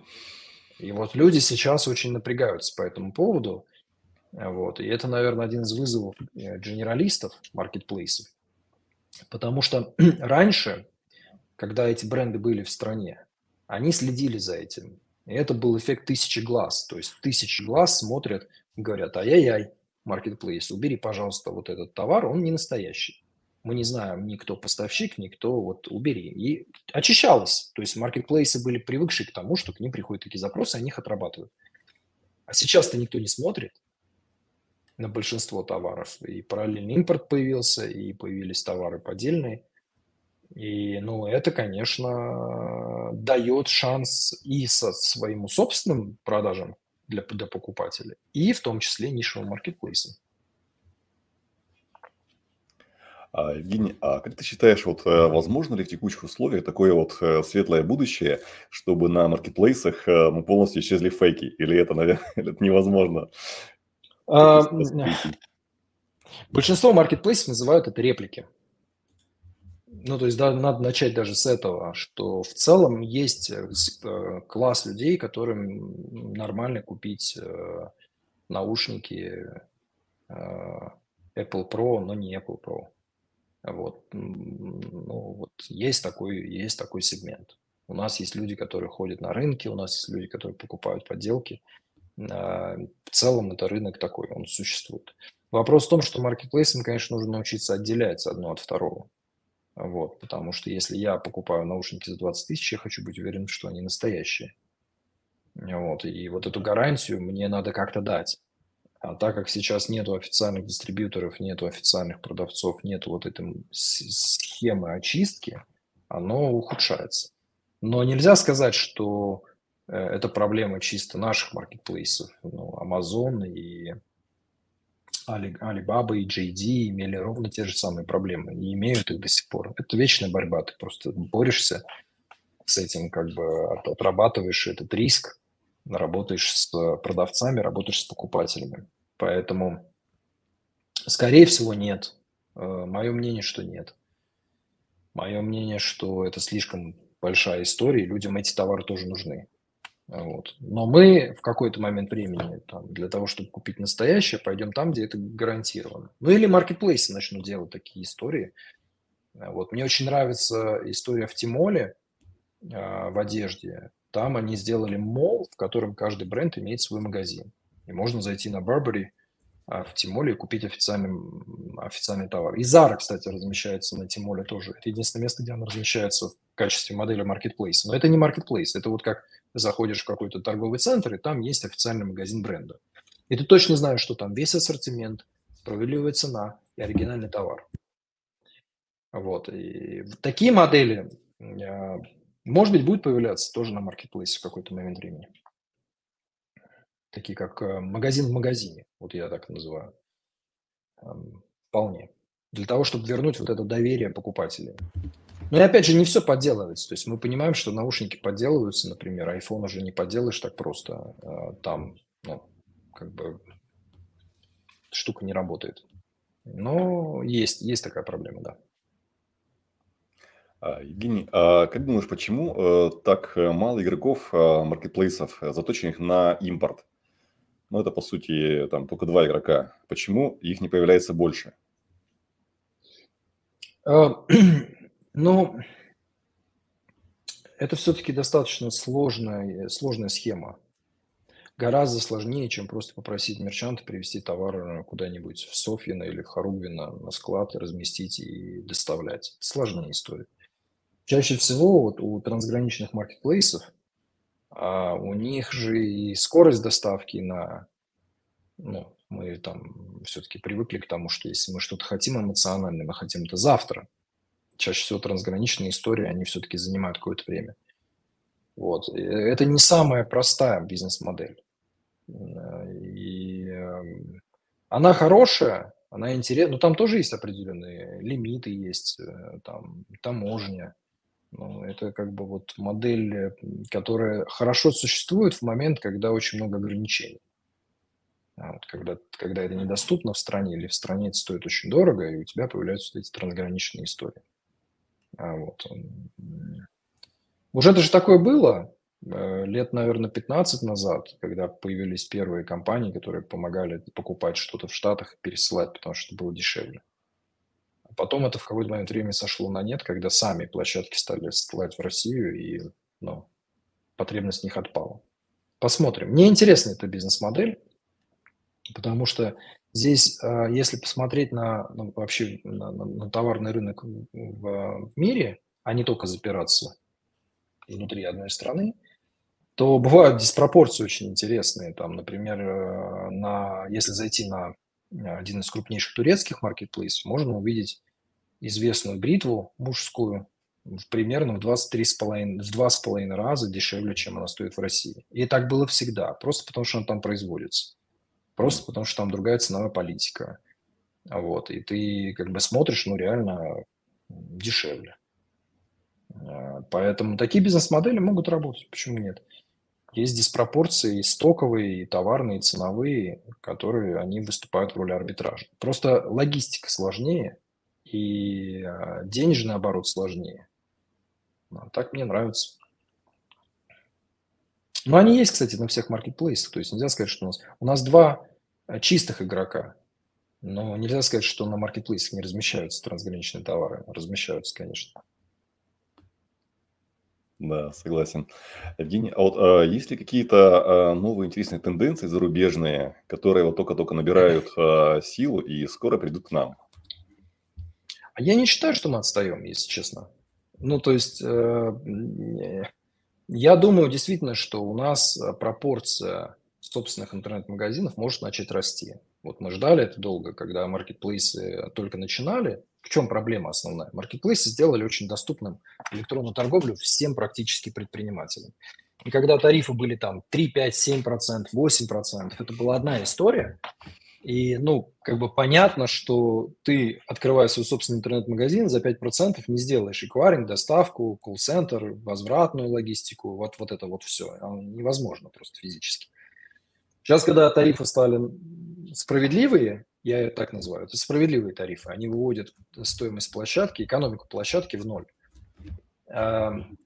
Speaker 2: И вот люди сейчас очень напрягаются по этому поводу. Вот. И это, наверное, один из вызовов э, генералистов, маркетплейсов. Потому что раньше, когда эти бренды были в стране, они следили за этим. И это был эффект тысячи глаз. То есть тысячи глаз смотрят и говорят, ай-яй-яй, маркетплейс, убери, пожалуйста, вот этот товар, он не настоящий. Мы не знаем ни кто поставщик, ни кто, вот убери. И очищалось. То есть маркетплейсы были привыкшие к тому, что к ним приходят такие запросы, они их отрабатывают. А сейчас-то никто не смотрит на большинство товаров. И параллельный импорт появился, и появились товары поддельные. И, ну, это, конечно, дает шанс и со своим собственным продажам для, для покупателя, и в том числе нишевым маркетплейсам.
Speaker 1: А, Евгений, а как ты считаешь, вот э, возможно ли в текущих условиях такое вот э, светлое будущее, чтобы на маркетплейсах э, мы полностью исчезли фейки? Или это, наверное, это невозможно к такой
Speaker 2: А,
Speaker 1: ситуации прийти?
Speaker 2: Большинство маркетплейсов называют это реплики. Ну, то есть да, надо начать даже с этого, что в целом есть э, класс людей, которым нормально купить э, наушники э, Apple Pro, но не Apple Pro. Вот. Ну, вот есть такой, есть такой сегмент. У нас есть люди, которые ходят на рынки, у нас есть люди, которые покупают подделки. А, В целом это рынок такой, он существует. Вопрос в том, что маркетплейсам, конечно, нужно научиться отделять одно от второго. Вот, потому что если я покупаю наушники за двадцать тысяч, я хочу быть уверен, что они настоящие. Вот, и вот эту гарантию мне надо как-то дать. А так как сейчас нету официальных дистрибьюторов, нету официальных продавцов, нету вот этой схемы очистки, оно ухудшается. Но нельзя сказать, что э, это проблема чисто наших маркетплейсов. Ну, Amazon и Али, Alibaba и джей ди имели ровно те же самые проблемы и имеют их до сих пор. Это вечная борьба. Ты просто борешься с этим, как бы отрабатываешь этот риск, работаешь с продавцами, работаешь с покупателями. Поэтому, скорее всего, нет. Мое мнение, что нет. Мое мнение, что это слишком большая история, и людям эти товары тоже нужны. Вот. Но мы в какой-то момент времени там, для того, чтобы купить настоящее, пойдем там, где это гарантировано. Ну или маркетплейсы начнут делать такие истории. Вот. Мне очень нравится история в Тимоле, а, в одежде. Там они сделали молл, в котором каждый бренд имеет свой магазин. И можно зайти на Burberry а, в Тимоле и купить официальный, м, официальный товар. И Zara, кстати, размещается на Тимоле тоже. Это единственное место, где она размещается в качестве модели маркетплейса. Но это не маркетплейс. Это вот как ты заходишь в какой-то торговый центр, и там есть официальный магазин бренда. И ты точно знаешь, что там весь ассортимент, справедливая цена и оригинальный товар. Вот. И такие модели, а, может быть, будут появляться тоже на маркетплейсе в какой-то момент времени. Такие как а, магазин в магазине, вот я так называю. Ам, Вполне. Для того, чтобы вернуть вот это доверие покупателей. Но и опять же, не все подделывается. То есть мы понимаем, что наушники подделываются, например, iPhone уже не подделаешь так просто. а, Там, ну, как бы штука не работает. Но есть, есть такая проблема, да.
Speaker 1: А, Евгений, а как думаешь, почему э, так э, мало игроков э, маркетплейсов, э, заточенных на импорт? Ну, это, по сути, там только два игрока. Почему их не появляется больше?
Speaker 2: А, Ну, это все-таки достаточно сложная, сложная схема. Гораздо сложнее, чем просто попросить мерчанта привезти товар э, куда-нибудь в Софьино или в Харугвино на склад, разместить и доставлять. Это сложная история. Чаще всего вот у трансграничных маркетплейсов а, у них же и скорость доставки на, ну, мы там все-таки привыкли к тому, что если мы что-то хотим эмоционально, мы хотим это завтра. Чаще всего трансграничные истории, они все-таки занимают какое-то время. Вот. И это не самая простая бизнес-модель. Э, И эм, она хорошая, она интересна, но там тоже есть определенные лимиты, есть э, там таможня. Ну, это как бы вот модель, э, которая хорошо существует в момент, когда очень много ограничений. А вот когда, когда это недоступно в стране или в стране это стоит очень дорого, и у тебя появляются вот эти трансграничные истории. А вот. м, Уже даже такое было э, лет, наверное, пятнадцать назад, когда появились первые компании, которые помогали покупать что-то в Штатах и пересылать, потому что это было дешевле. А потом это в какой-то момент времени сошло на нет, когда сами площадки стали ссылать в Россию, и ну, потребность в них отпала. Посмотрим. Мне интересна эта бизнес-модель, потому что здесь, а, если посмотреть на, ну, вообще на, на- на товарный рынок в, в мире, а не только запираться внутри одной страны, то бывают диспропорции очень интересные. Там, например, э, на, если зайти на один из крупнейших турецких маркетплейсов, можно увидеть известную бритву мужскую в примерно в двадцать три с половиной, в два с половиной раза дешевле, чем она стоит в России. И так было всегда, просто потому что она там производится. Просто потому что там другая ценовая политика. Вот. И ты как бы смотришь, ну, реально дешевле. А, Поэтому такие бизнес-модели могут работать. Почему нет? Есть диспропорции и стоковые, и товарные, и ценовые, которые они выступают в роли арбитража. Просто логистика сложнее, и а, денежный оборот сложнее. А так мне нравится. Но они есть, кстати, на всех маркетплейсах. То есть нельзя сказать, что у нас... У нас два а, чистых игрока. Но нельзя сказать, что на маркетплейсах не размещаются трансграничные товары. Размещаются, конечно.
Speaker 1: Да, согласен. Евгений, а вот а, есть ли какие-то а, новые интересные тенденции зарубежные, которые вот только-только набирают а, силу и скоро придут к нам?
Speaker 2: А я не считаю, что мы отстаем, если честно. Ну, то есть, э, я думаю действительно, что у нас э, пропорция собственных интернет-магазинов может начать расти. Вот мы ждали это долго, когда маркетплейсы только начинали. В чем проблема основная? Маркетплейсы сделали очень доступным электронную торговлю всем практически предпринимателям. И когда тарифы были там три, пять, семь процентов, восемь процентов, это была одна история. И, ну, как бы понятно, что ты, открывая свой собственный интернет-магазин, за пять процентов не сделаешь эквайринг, доставку, колл-центр, возвратную логистику, вот, вот это вот все. Невозможно просто физически. Сейчас, когда тарифы стали справедливые, я это так называю, это справедливые тарифы, они выводят стоимость площадки, экономику площадки в ноль.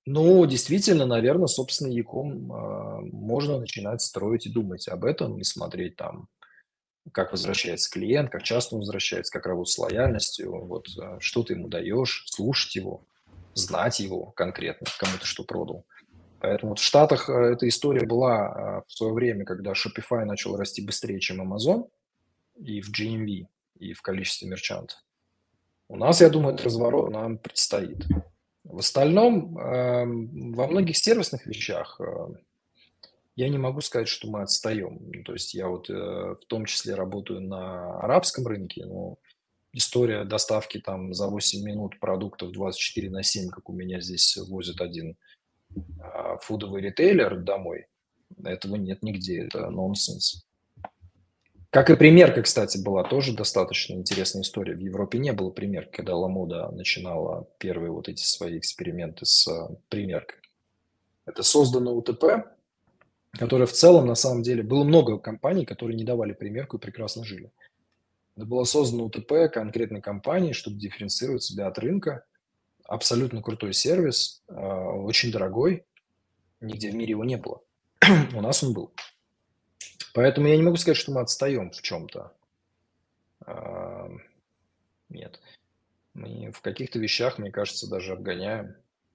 Speaker 2: Ну, действительно, наверное, собственно, Яком а, можно начинать строить и думать об этом, и смотреть там, как возвращается клиент, как часто он возвращается, как работать с лояльностью, вот а, что ты ему даешь, слушать его, знать его конкретно, кому ты что продал. Поэтому вот в Штатах а, эта история была а, в свое время, когда Shopify начал расти быстрее, чем Amazon, и в джи эм ви, и в количестве мерчантов. У нас, я думаю, этот разворот нам предстоит. В остальном, эм, во многих сервисных вещах э, я не могу сказать, что мы отстаем. Ну, то есть я вот э, в том числе работаю на арабском рынке, но история доставки там за восемь минут продуктов двадцать четыре на семь, как у меня здесь возит один а, фудовый ритейлер домой, этого нет нигде, это нонсенс. Как и примерка, кстати, была тоже достаточно интересная история. В Европе не было примерки, когда Ламода начинала первые вот эти свои эксперименты с э, примеркой. Это создано УТП, которое в целом, на самом деле, было много компаний, которые не давали примерку и прекрасно жили. Это было создано УТП конкретной компании, чтобы дифференцировать себя от рынка. Абсолютно крутой сервис, э, очень дорогой, нигде в мире его не было. У нас он был. Поэтому я не могу сказать, что мы отстаем в чем-то. А, Нет. Мы в каких-то вещах, мне кажется, даже обгоняем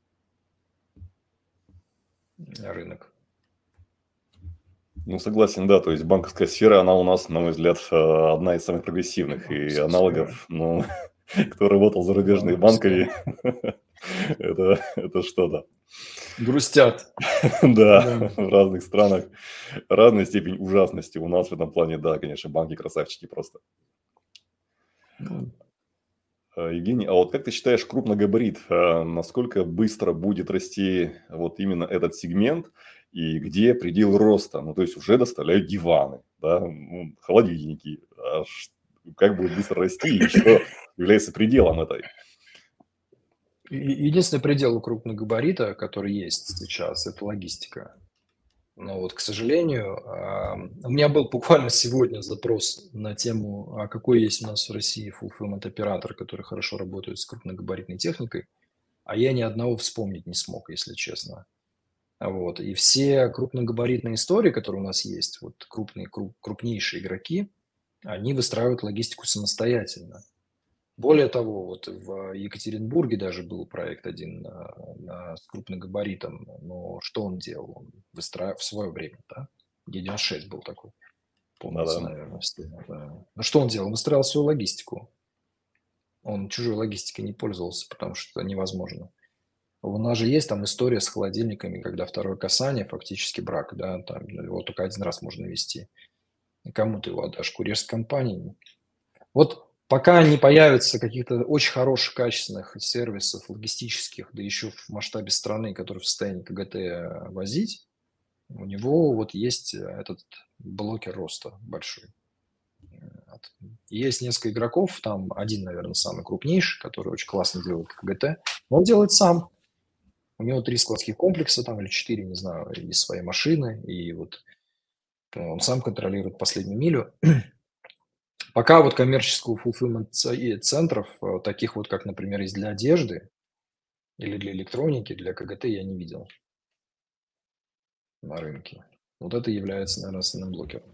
Speaker 2: рынок.
Speaker 1: Ну, согласен, да, то есть банковская сфера, она у нас, на мой взгляд, э, одна из самых прогрессивных, и
Speaker 2: Банковская сфера.
Speaker 1: аналогов, ну, кто работал зарубежными
Speaker 2: Банковская.
Speaker 1: банками, это, это что-то.
Speaker 2: Грустят.
Speaker 1: Да,
Speaker 2: Да.
Speaker 1: в разных странах разная степень ужасности. У нас в этом плане, да, конечно, банки красавчики просто.
Speaker 2: Ну,
Speaker 1: Э, Евгений, а вот как ты считаешь, крупногабарит, э, насколько быстро будет расти вот именно этот сегмент и где предел роста? Ну, то есть уже доставляют диваны, да, ну, холодильники. А ш- как будет быстро расти и что является пределом этой?
Speaker 2: и- единственный предел у крупногабарита, который есть сейчас, это логистика. Но вот, к сожалению, а, у меня был буквально сегодня запрос на тему, а какой есть у нас в России fulfillment оператор, который хорошо работает с крупногабаритной техникой, а я ни одного вспомнить не смог, если честно. Вот. И все крупногабаритные истории, которые у нас есть, вот крупные, кру- крупнейшие игроки, они выстраивают логистику самостоятельно. Более того, вот в Екатеринбурге даже был проект один на, на- с крупногабаритом, но что он делал? Он выстраивал в свое время, да? Гедеон шесть был такой, помните,
Speaker 1: Да-да.
Speaker 2: наверное, все. Да. Ну что он делал? Он выстраивал свою логистику. Он чужой логистикой не пользовался, потому что это невозможно. У нас же есть там история с холодильниками, когда второе касание, фактически брак, да, там его только один раз можно вести. И кому ты его отдашь? Курьерской компании? Вот пока не появится каких-то очень хороших, качественных сервисов логистических, да еще в масштабе страны, которые в состоянии КГТ возить, у него вот есть этот блокер роста большой. Вот. Есть несколько игроков, там один, наверное, самый крупнейший, который очень классно делает КГТ, но он делает сам. У него три складских комплекса там или четыре, не знаю, и свои машины, и вот он сам контролирует последнюю милю. Пока вот коммерческого fulfillment центров, э, таких вот, как, например, есть для одежды или для электроники, для КГТ, я не видел на рынке. Вот это является, наверное, основным блокером.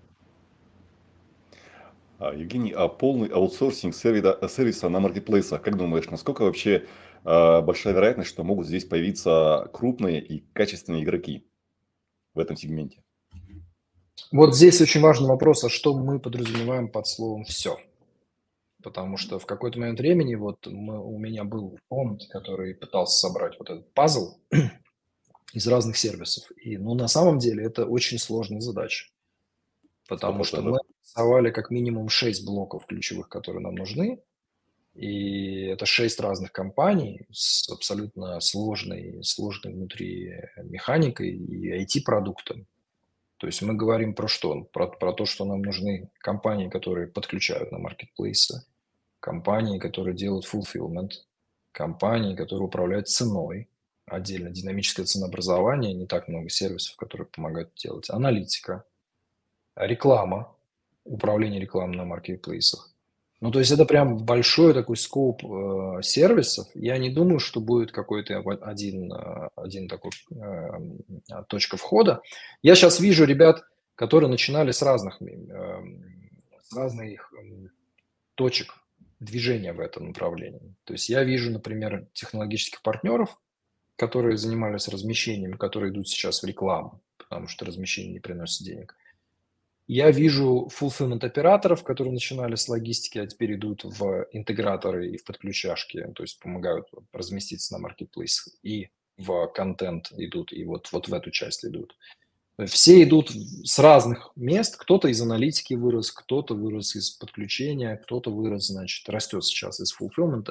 Speaker 1: А, Евгений, а полный аутсорсинг сервиса, сервиса на маркетплейсах, как думаешь, насколько вообще а, большая вероятность, что могут здесь появиться крупные и качественные игроки в этом сегменте?
Speaker 2: Вот здесь очень важный вопрос, а что мы подразумеваем под словом «все». Потому что в какой-то момент времени вот мы, у меня был фонд, который пытался собрать вот этот пазл из разных сервисов. И, ну, на самом деле это очень сложная задача,
Speaker 1: Сто
Speaker 2: потому что
Speaker 1: процентов.
Speaker 2: мы рисовали как минимум шесть блоков ключевых, которые нам нужны, и это шесть разных компаний с абсолютно сложной, сложной внутри механикой и ай ти-продуктом. То есть мы говорим про что? Про, про то, что нам нужны компании, которые подключают на маркетплейсы, компании, которые делают fulfillment, компании, которые управляют ценой, отдельно динамическое ценообразование, не так много сервисов, которые помогают делать, аналитика, реклама, управление рекламой на маркетплейсах. Ну, то есть это прям большой такой скоп э, сервисов. Я не думаю, что будет какой-то в- один, э, один такой эм, а, точка входа. Я сейчас вижу ребят, которые начинали с разных, м, эм, с разных эм, точек движения в этом направлении. То есть я вижу, например, технологических партнеров, которые занимались размещением, которые идут сейчас в рекламу, потому что размещение не приносит денег. Я вижу fulfillment операторов, которые начинали с логистики, а теперь идут в интеграторы и в подключашки, то есть помогают разместиться на маркетплейсах, и в контент идут, и вот, вот в эту часть идут. Все идут с разных мест. Кто-то из аналитики вырос, кто-то вырос из подключения, кто-то вырос, значит, растет сейчас из fulfillment.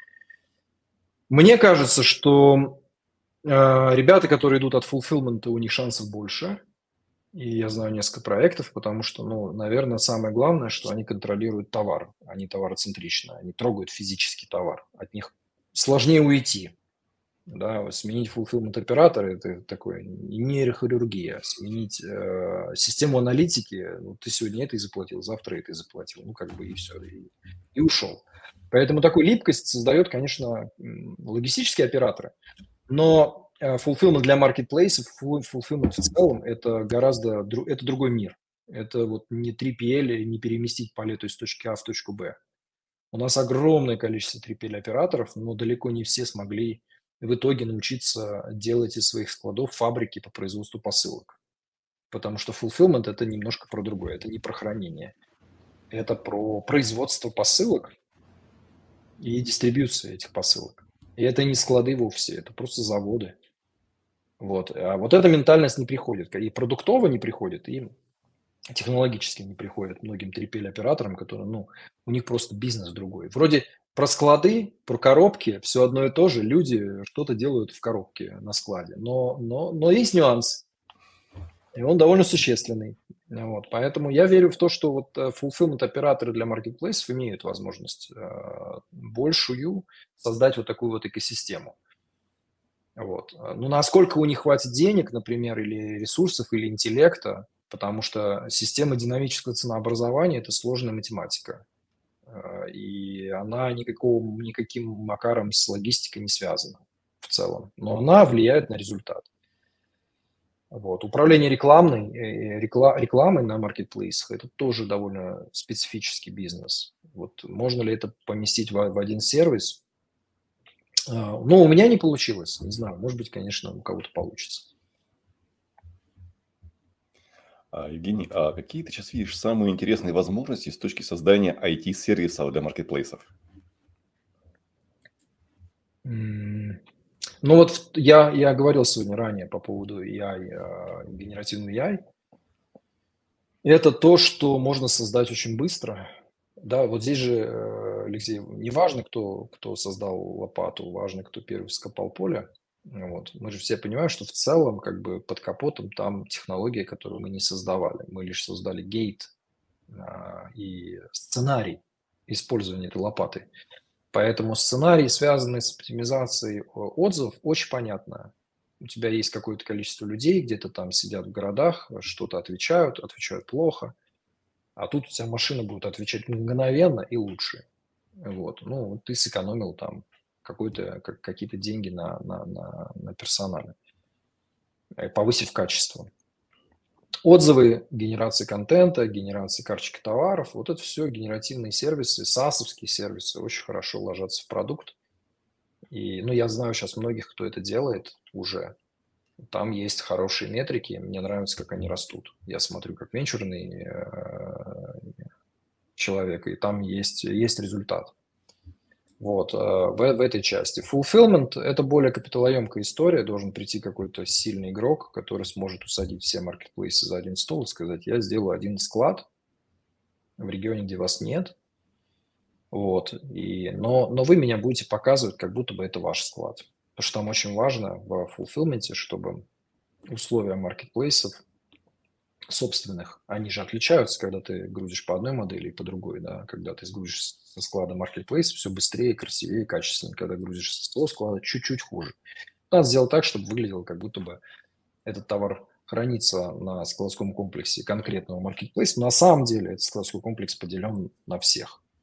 Speaker 2: Мне кажется, что э, ребята, которые идут от fulfillment, у них шансов больше. И я знаю несколько проектов, потому что, ну, наверное, самое главное, что они контролируют товар. Они товароцентричны, они трогают физический товар. От них сложнее уйти. Да, сменить fulfillment оператора – это такое нейрохирургия. Сменить э, систему аналитики, ну, ты сегодня это и заплатил, завтра это и заплатил, ну, как бы и все, и, и ушел. Поэтому такую липкость создает, конечно, м, логистические операторы. Но э, fulfillment для маркетплейсов, fulfillment в целом – это гораздо дру- это другой мир. Это вот не три пи эл, не переместить палету из точки А в точку Б. У нас огромное количество три пи эл-операторов, но далеко не все смогли в итоге научиться делать из своих складов фабрики по производству посылок. Потому что fulfillment – это немножко про другое. Это не про хранение. Это про производство посылок и дистрибьюцию этих посылок. И это не склады вовсе, это просто заводы. Вот. А вот эта ментальность не приходит. И продуктово не приходит, и технологически не приходит многим три пи эл-операторам, которые, ну, у них просто бизнес другой. Вроде про склады, про коробки, все одно и то же. Люди что-то делают в коробке на складе. Но, но, но есть нюанс, и он довольно существенный. Вот. Поэтому я верю в то, что вот э, fulfillment операторы для маркетплейсов имеют возможность э, большую создать вот такую вот экосистему. Вот. А, ну, насколько у них хватит денег, например, или ресурсов, или интеллекта, потому что система динамического ценообразования – это сложная математика, а, и она никакого, никаким макаром с логистикой не связана в целом, но она влияет на результат. Вот. Управление рекламной, э, рекла, рекламой на маркетплейсах – это тоже довольно специфический бизнес. Вот можно ли это поместить в, в один сервис? А, Ну, у меня не получилось, не знаю, может быть, конечно, у кого-то получится.
Speaker 1: А, Евгений, а какие ты сейчас видишь самые интересные возможности с точки создания ай ти-сервисов для маркетплейсов?
Speaker 2: М, Ну вот в- я, я говорил сегодня ранее по поводу эй ай, э, генеративного эй ай. Это то, что можно создать очень быстро. Да, вот здесь же, э, Алексей, не важно, кто, кто создал лопату, важно, кто первый вскопал поле. Вот. Мы же все понимаем, что в целом как бы под капотом там технология, которую мы не создавали. Мы лишь создали гейт а, и сценарий использования этой лопаты. Поэтому сценарий, связанный с оптимизацией о- отзывов, очень понятно. У тебя есть какое-то количество людей, где-то там сидят в городах, что-то отвечают, отвечают плохо, а тут у тебя машина будет отвечать мгновенно и лучше. Вот. Ну, ты сэкономил там какой-то, как, какие-то деньги на, на, на, на персонале, э, повысив качество. Отзывы, генерация контента, генерация карточки товаров, вот это все генеративные сервисы, сасовские сервисы очень хорошо ложатся в продукт. И, ну, я знаю сейчас многих, кто это делает уже. Там есть хорошие метрики, мне нравится, как они растут. Я смотрю, как венчурный э, человек, и там есть, есть результат. Вот, э, в, в этой части. Fulfillment – это более капиталоемкая история. Должен прийти какой-то сильный игрок, который сможет усадить все маркетплейсы за один стол и сказать, я сделаю один склад в регионе, где вас нет, вот, и, но, но вы меня будете показывать, как будто бы это ваш склад. Потому что там очень важно в fulfillment, чтобы условия маркетплейсов собственных, они же отличаются, когда ты грузишь по одной модели и по другой, да, когда ты грузишь со склада маркетплейс, все быстрее, красивее, качественнее, когда грузишь со своего склада, чуть-чуть хуже. Надо сделать так, чтобы выглядело, как будто бы этот товар хранится на складском комплексе конкретного маркетплейса. На самом деле этот складской комплекс поделен на всех.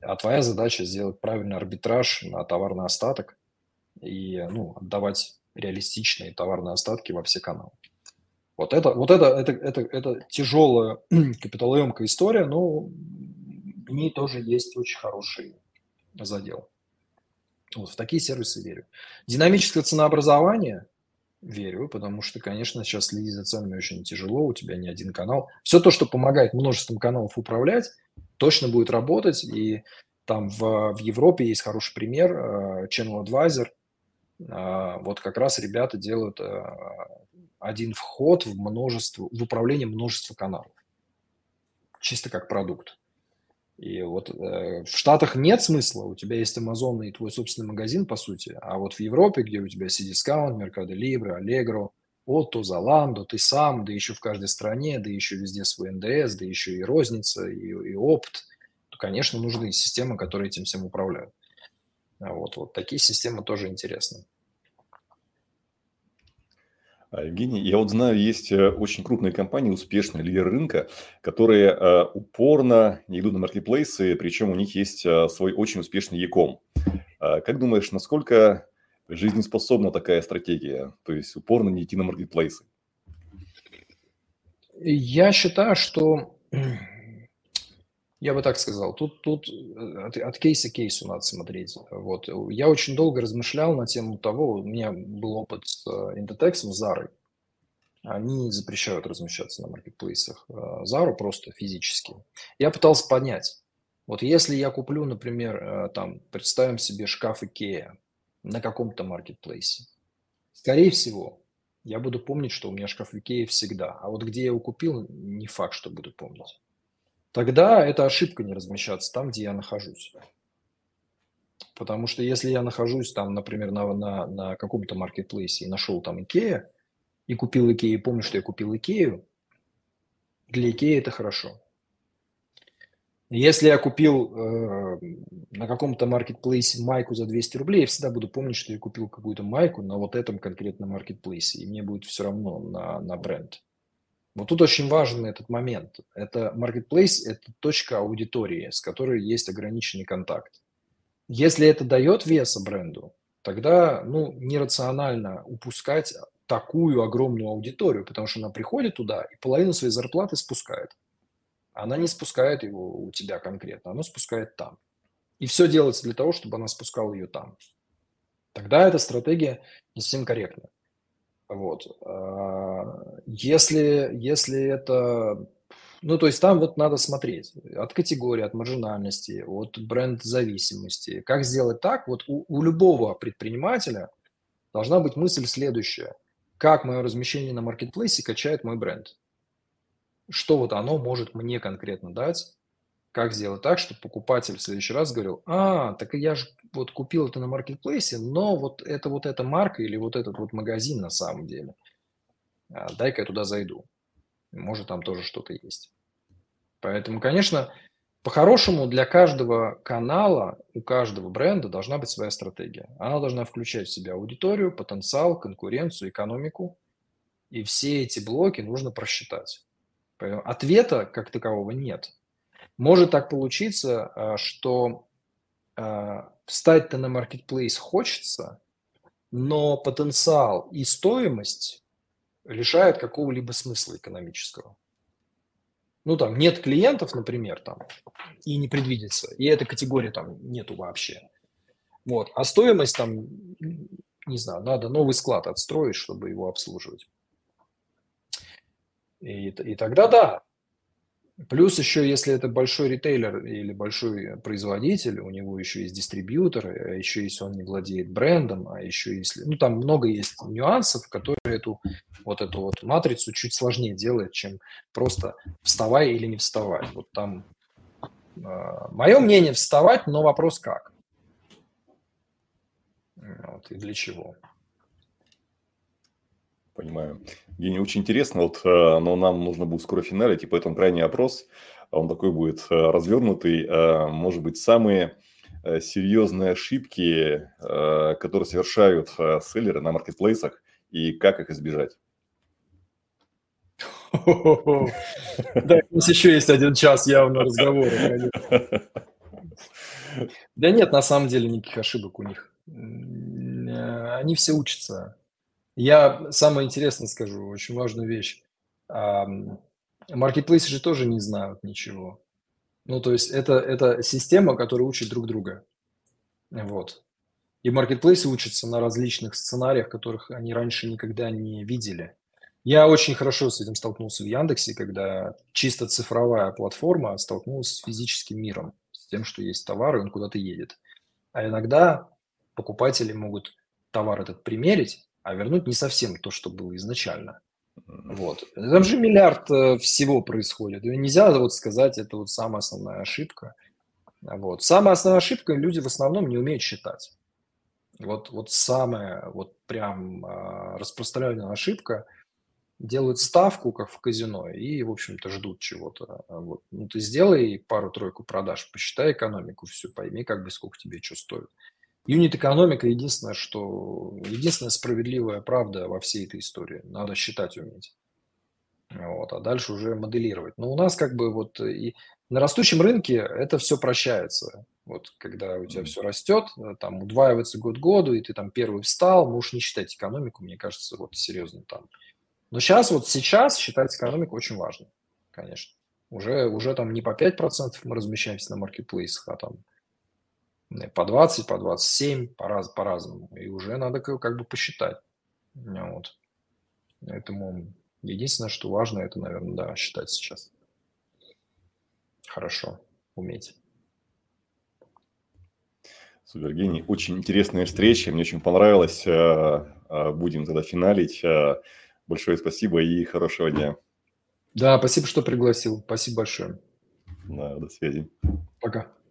Speaker 2: А твоя задача сделать правильный арбитраж на товарный остаток и, ну, отдавать реалистичные товарные остатки во все каналы. Вот это, вот это, это, это, это тяжелая капиталоемкая история, но в ней тоже есть очень хороший задел. Вот в такие сервисы верю. Динамическое ценообразование верю, потому что, конечно, сейчас следить за ценами очень тяжело, у тебя не один канал. Все то, что помогает множеством каналов управлять, точно будет работать. И там в, в Европе есть хороший пример, э, Channel Advisor. Э, вот как раз ребята делают э, один вход в множество, в управление множества каналов. Чисто как продукт. И вот э, в Штатах нет смысла, у тебя есть Amazon и твой собственный магазин, по сути, а вот в Европе, где у тебя Cdiscount, Mercado Libre, Allegro, Otto, Zalando, ты сам, да еще в каждой стране, да еще везде свой эн дэ эс, да еще и розница, и, и опт, то, конечно, нужны системы, которые этим всем управляют. А вот, вот такие системы тоже интересны.
Speaker 1: Евгений, я вот знаю, есть очень крупные компании, успешные лидеры рынка, которые упорно не идут на маркетплейсы, причем у них есть свой очень успешный e-com. Как думаешь, насколько жизнеспособна такая стратегия, то есть упорно не идти на маркетплейсы?
Speaker 2: Я считаю, что, я бы так сказал, тут, тут от, от кейса к кейсу надо смотреть. Вот. Я очень долго размышлял на тему того, у меня был опыт с Inditex, с Зарой. Они запрещают размещаться на маркетплейсах. Зару просто физически. Я пытался понять. Вот если я куплю, например, там, представим себе шкаф Икеа на каком-то маркетплейсе, скорее всего, я буду помнить, что у меня шкаф Икеа всегда. А вот где я его купил, не факт, что буду помнить. Тогда это ошибка не размещаться там, где я нахожусь. Потому что если я нахожусь там, например, на, на, на каком-то маркетплейсе и нашел там Икеа, и купил Икею, и помню, что я купил Икею, для Икеи это хорошо. Если я купил э, на каком-то маркетплейсе майку за двести рублей, я всегда буду помнить, что я купил какую-то майку на вот этом конкретном маркетплейсе, и мне будет все равно на, на бренд. Вот тут очень важен этот момент. Это маркетплейс – это точка аудитории, с которой есть ограниченный контакт. Если это дает веса бренду, тогда ну, нерационально упускать такую огромную аудиторию, потому что она приходит туда и половину своей зарплаты спускает. Она не спускает его у тебя конкретно, она спускает там. И все делается для того, чтобы она спускала ее там. Тогда эта стратегия не совсем корректна. Вот. Если, если это... Ну, то есть там вот надо смотреть от категории, от маржинальности, от бренд-зависимости. Как сделать так? Вот у, у любого предпринимателя должна быть мысль следующая. Как мое размещение на маркетплейсе качает мой бренд? Что вот оно может мне конкретно дать? Как сделать так, чтобы покупатель в следующий раз говорил, а, так я же вот купил это на маркетплейсе, но вот это вот эта марка или вот этот вот магазин на самом деле. Дай-ка я туда зайду. Может, там тоже что-то есть. Поэтому, конечно, по-хорошему для каждого канала, у каждого бренда должна быть своя стратегия. Она должна включать в себя аудиторию, потенциал, конкуренцию, экономику. И все эти блоки нужно просчитать. Поэтому ответа как такового нет. Может так получиться, что встать-то на маркетплейс хочется, но потенциал и стоимость лишают какого-либо смысла экономического. Ну, там нет клиентов, например, там, и не предвидится, и этой категории там нету вообще. Вот. А стоимость там, не знаю, надо новый склад отстроить, чтобы его обслуживать. И, и тогда да. Плюс еще, если это большой ритейлер или большой производитель, у него еще есть дистрибьютор, а еще если он не владеет брендом, а еще если... Ну, там много есть нюансов, которые эту вот эту вот матрицу чуть сложнее делают, чем просто вставай или не вставай. Вот там э, мое мнение вставать, но вопрос как. Вот, и для чего.
Speaker 1: Понимаю. Евгений, очень интересно, вот, но нам нужно будет скоро финалить, и поэтому крайний опрос, он такой будет развернутый, может быть, самые серьезные ошибки, которые совершают селлеры на маркетплейсах, и как их избежать?
Speaker 2: Да, у нас еще есть один час явно разговора, конечно. Да нет, на самом деле никаких ошибок у них. М, э, Они все учатся. Я самое интересное скажу, очень важную вещь. Ам, Маркетплейсы же тоже не знают ничего. Ну, то есть это, это система, которая учит друг друга. Вот. И маркетплейсы учатся на различных сценариях, которых они раньше никогда не видели. Я очень хорошо с этим столкнулся в Яндексе, когда чисто цифровая платформа столкнулась с физическим миром, с тем, что есть товар, и он куда-то едет. А иногда покупатели могут товар этот примерить, а вернуть не совсем то, что было изначально. Вот. Там же миллиард э, всего происходит. И нельзя вот сказать, это вот самая основная ошибка. Вот. Самая основная ошибка, люди в основном не умеют считать. Вот, вот самая вот прям а, распространенная ошибка, делают ставку, как в казино, и, в общем-то, ждут чего-то. А Вот. Ну, ты сделай пару-тройку продаж, посчитай экономику, все, пойми, как бы сколько тебе что стоит. Юнит-экономика единственное, что... Единственная справедливая правда во всей этой истории. Надо считать уметь. Вот, а дальше уже моделировать. Но у нас как бы вот и на растущем рынке это все прощается. Вот когда у тебя все растет, э, там удваивается год к году, и ты там первый встал, можешь не считать экономику, мне кажется, вот серьезно там. Но сейчас, вот сейчас считать экономику очень важно, конечно. Уже, уже там не по пять процентов мы размещаемся на маркетплейсах, а там э, по двадцать, по двадцать семь, по раз, по-разному. И уже надо как, как бы посчитать. Ну вот. Поэтому единственное, что важно, это, наверное, да, считать сейчас. Хорошо уметь.
Speaker 1: Супер, Евгений. Очень интересная встреча. Мне очень понравилось. Э, э, Будем тогда финалить. Э, Большое спасибо и хорошего дня.
Speaker 2: Да, спасибо, что пригласил. Спасибо большое.
Speaker 1: Да, до связи.
Speaker 2: Пока.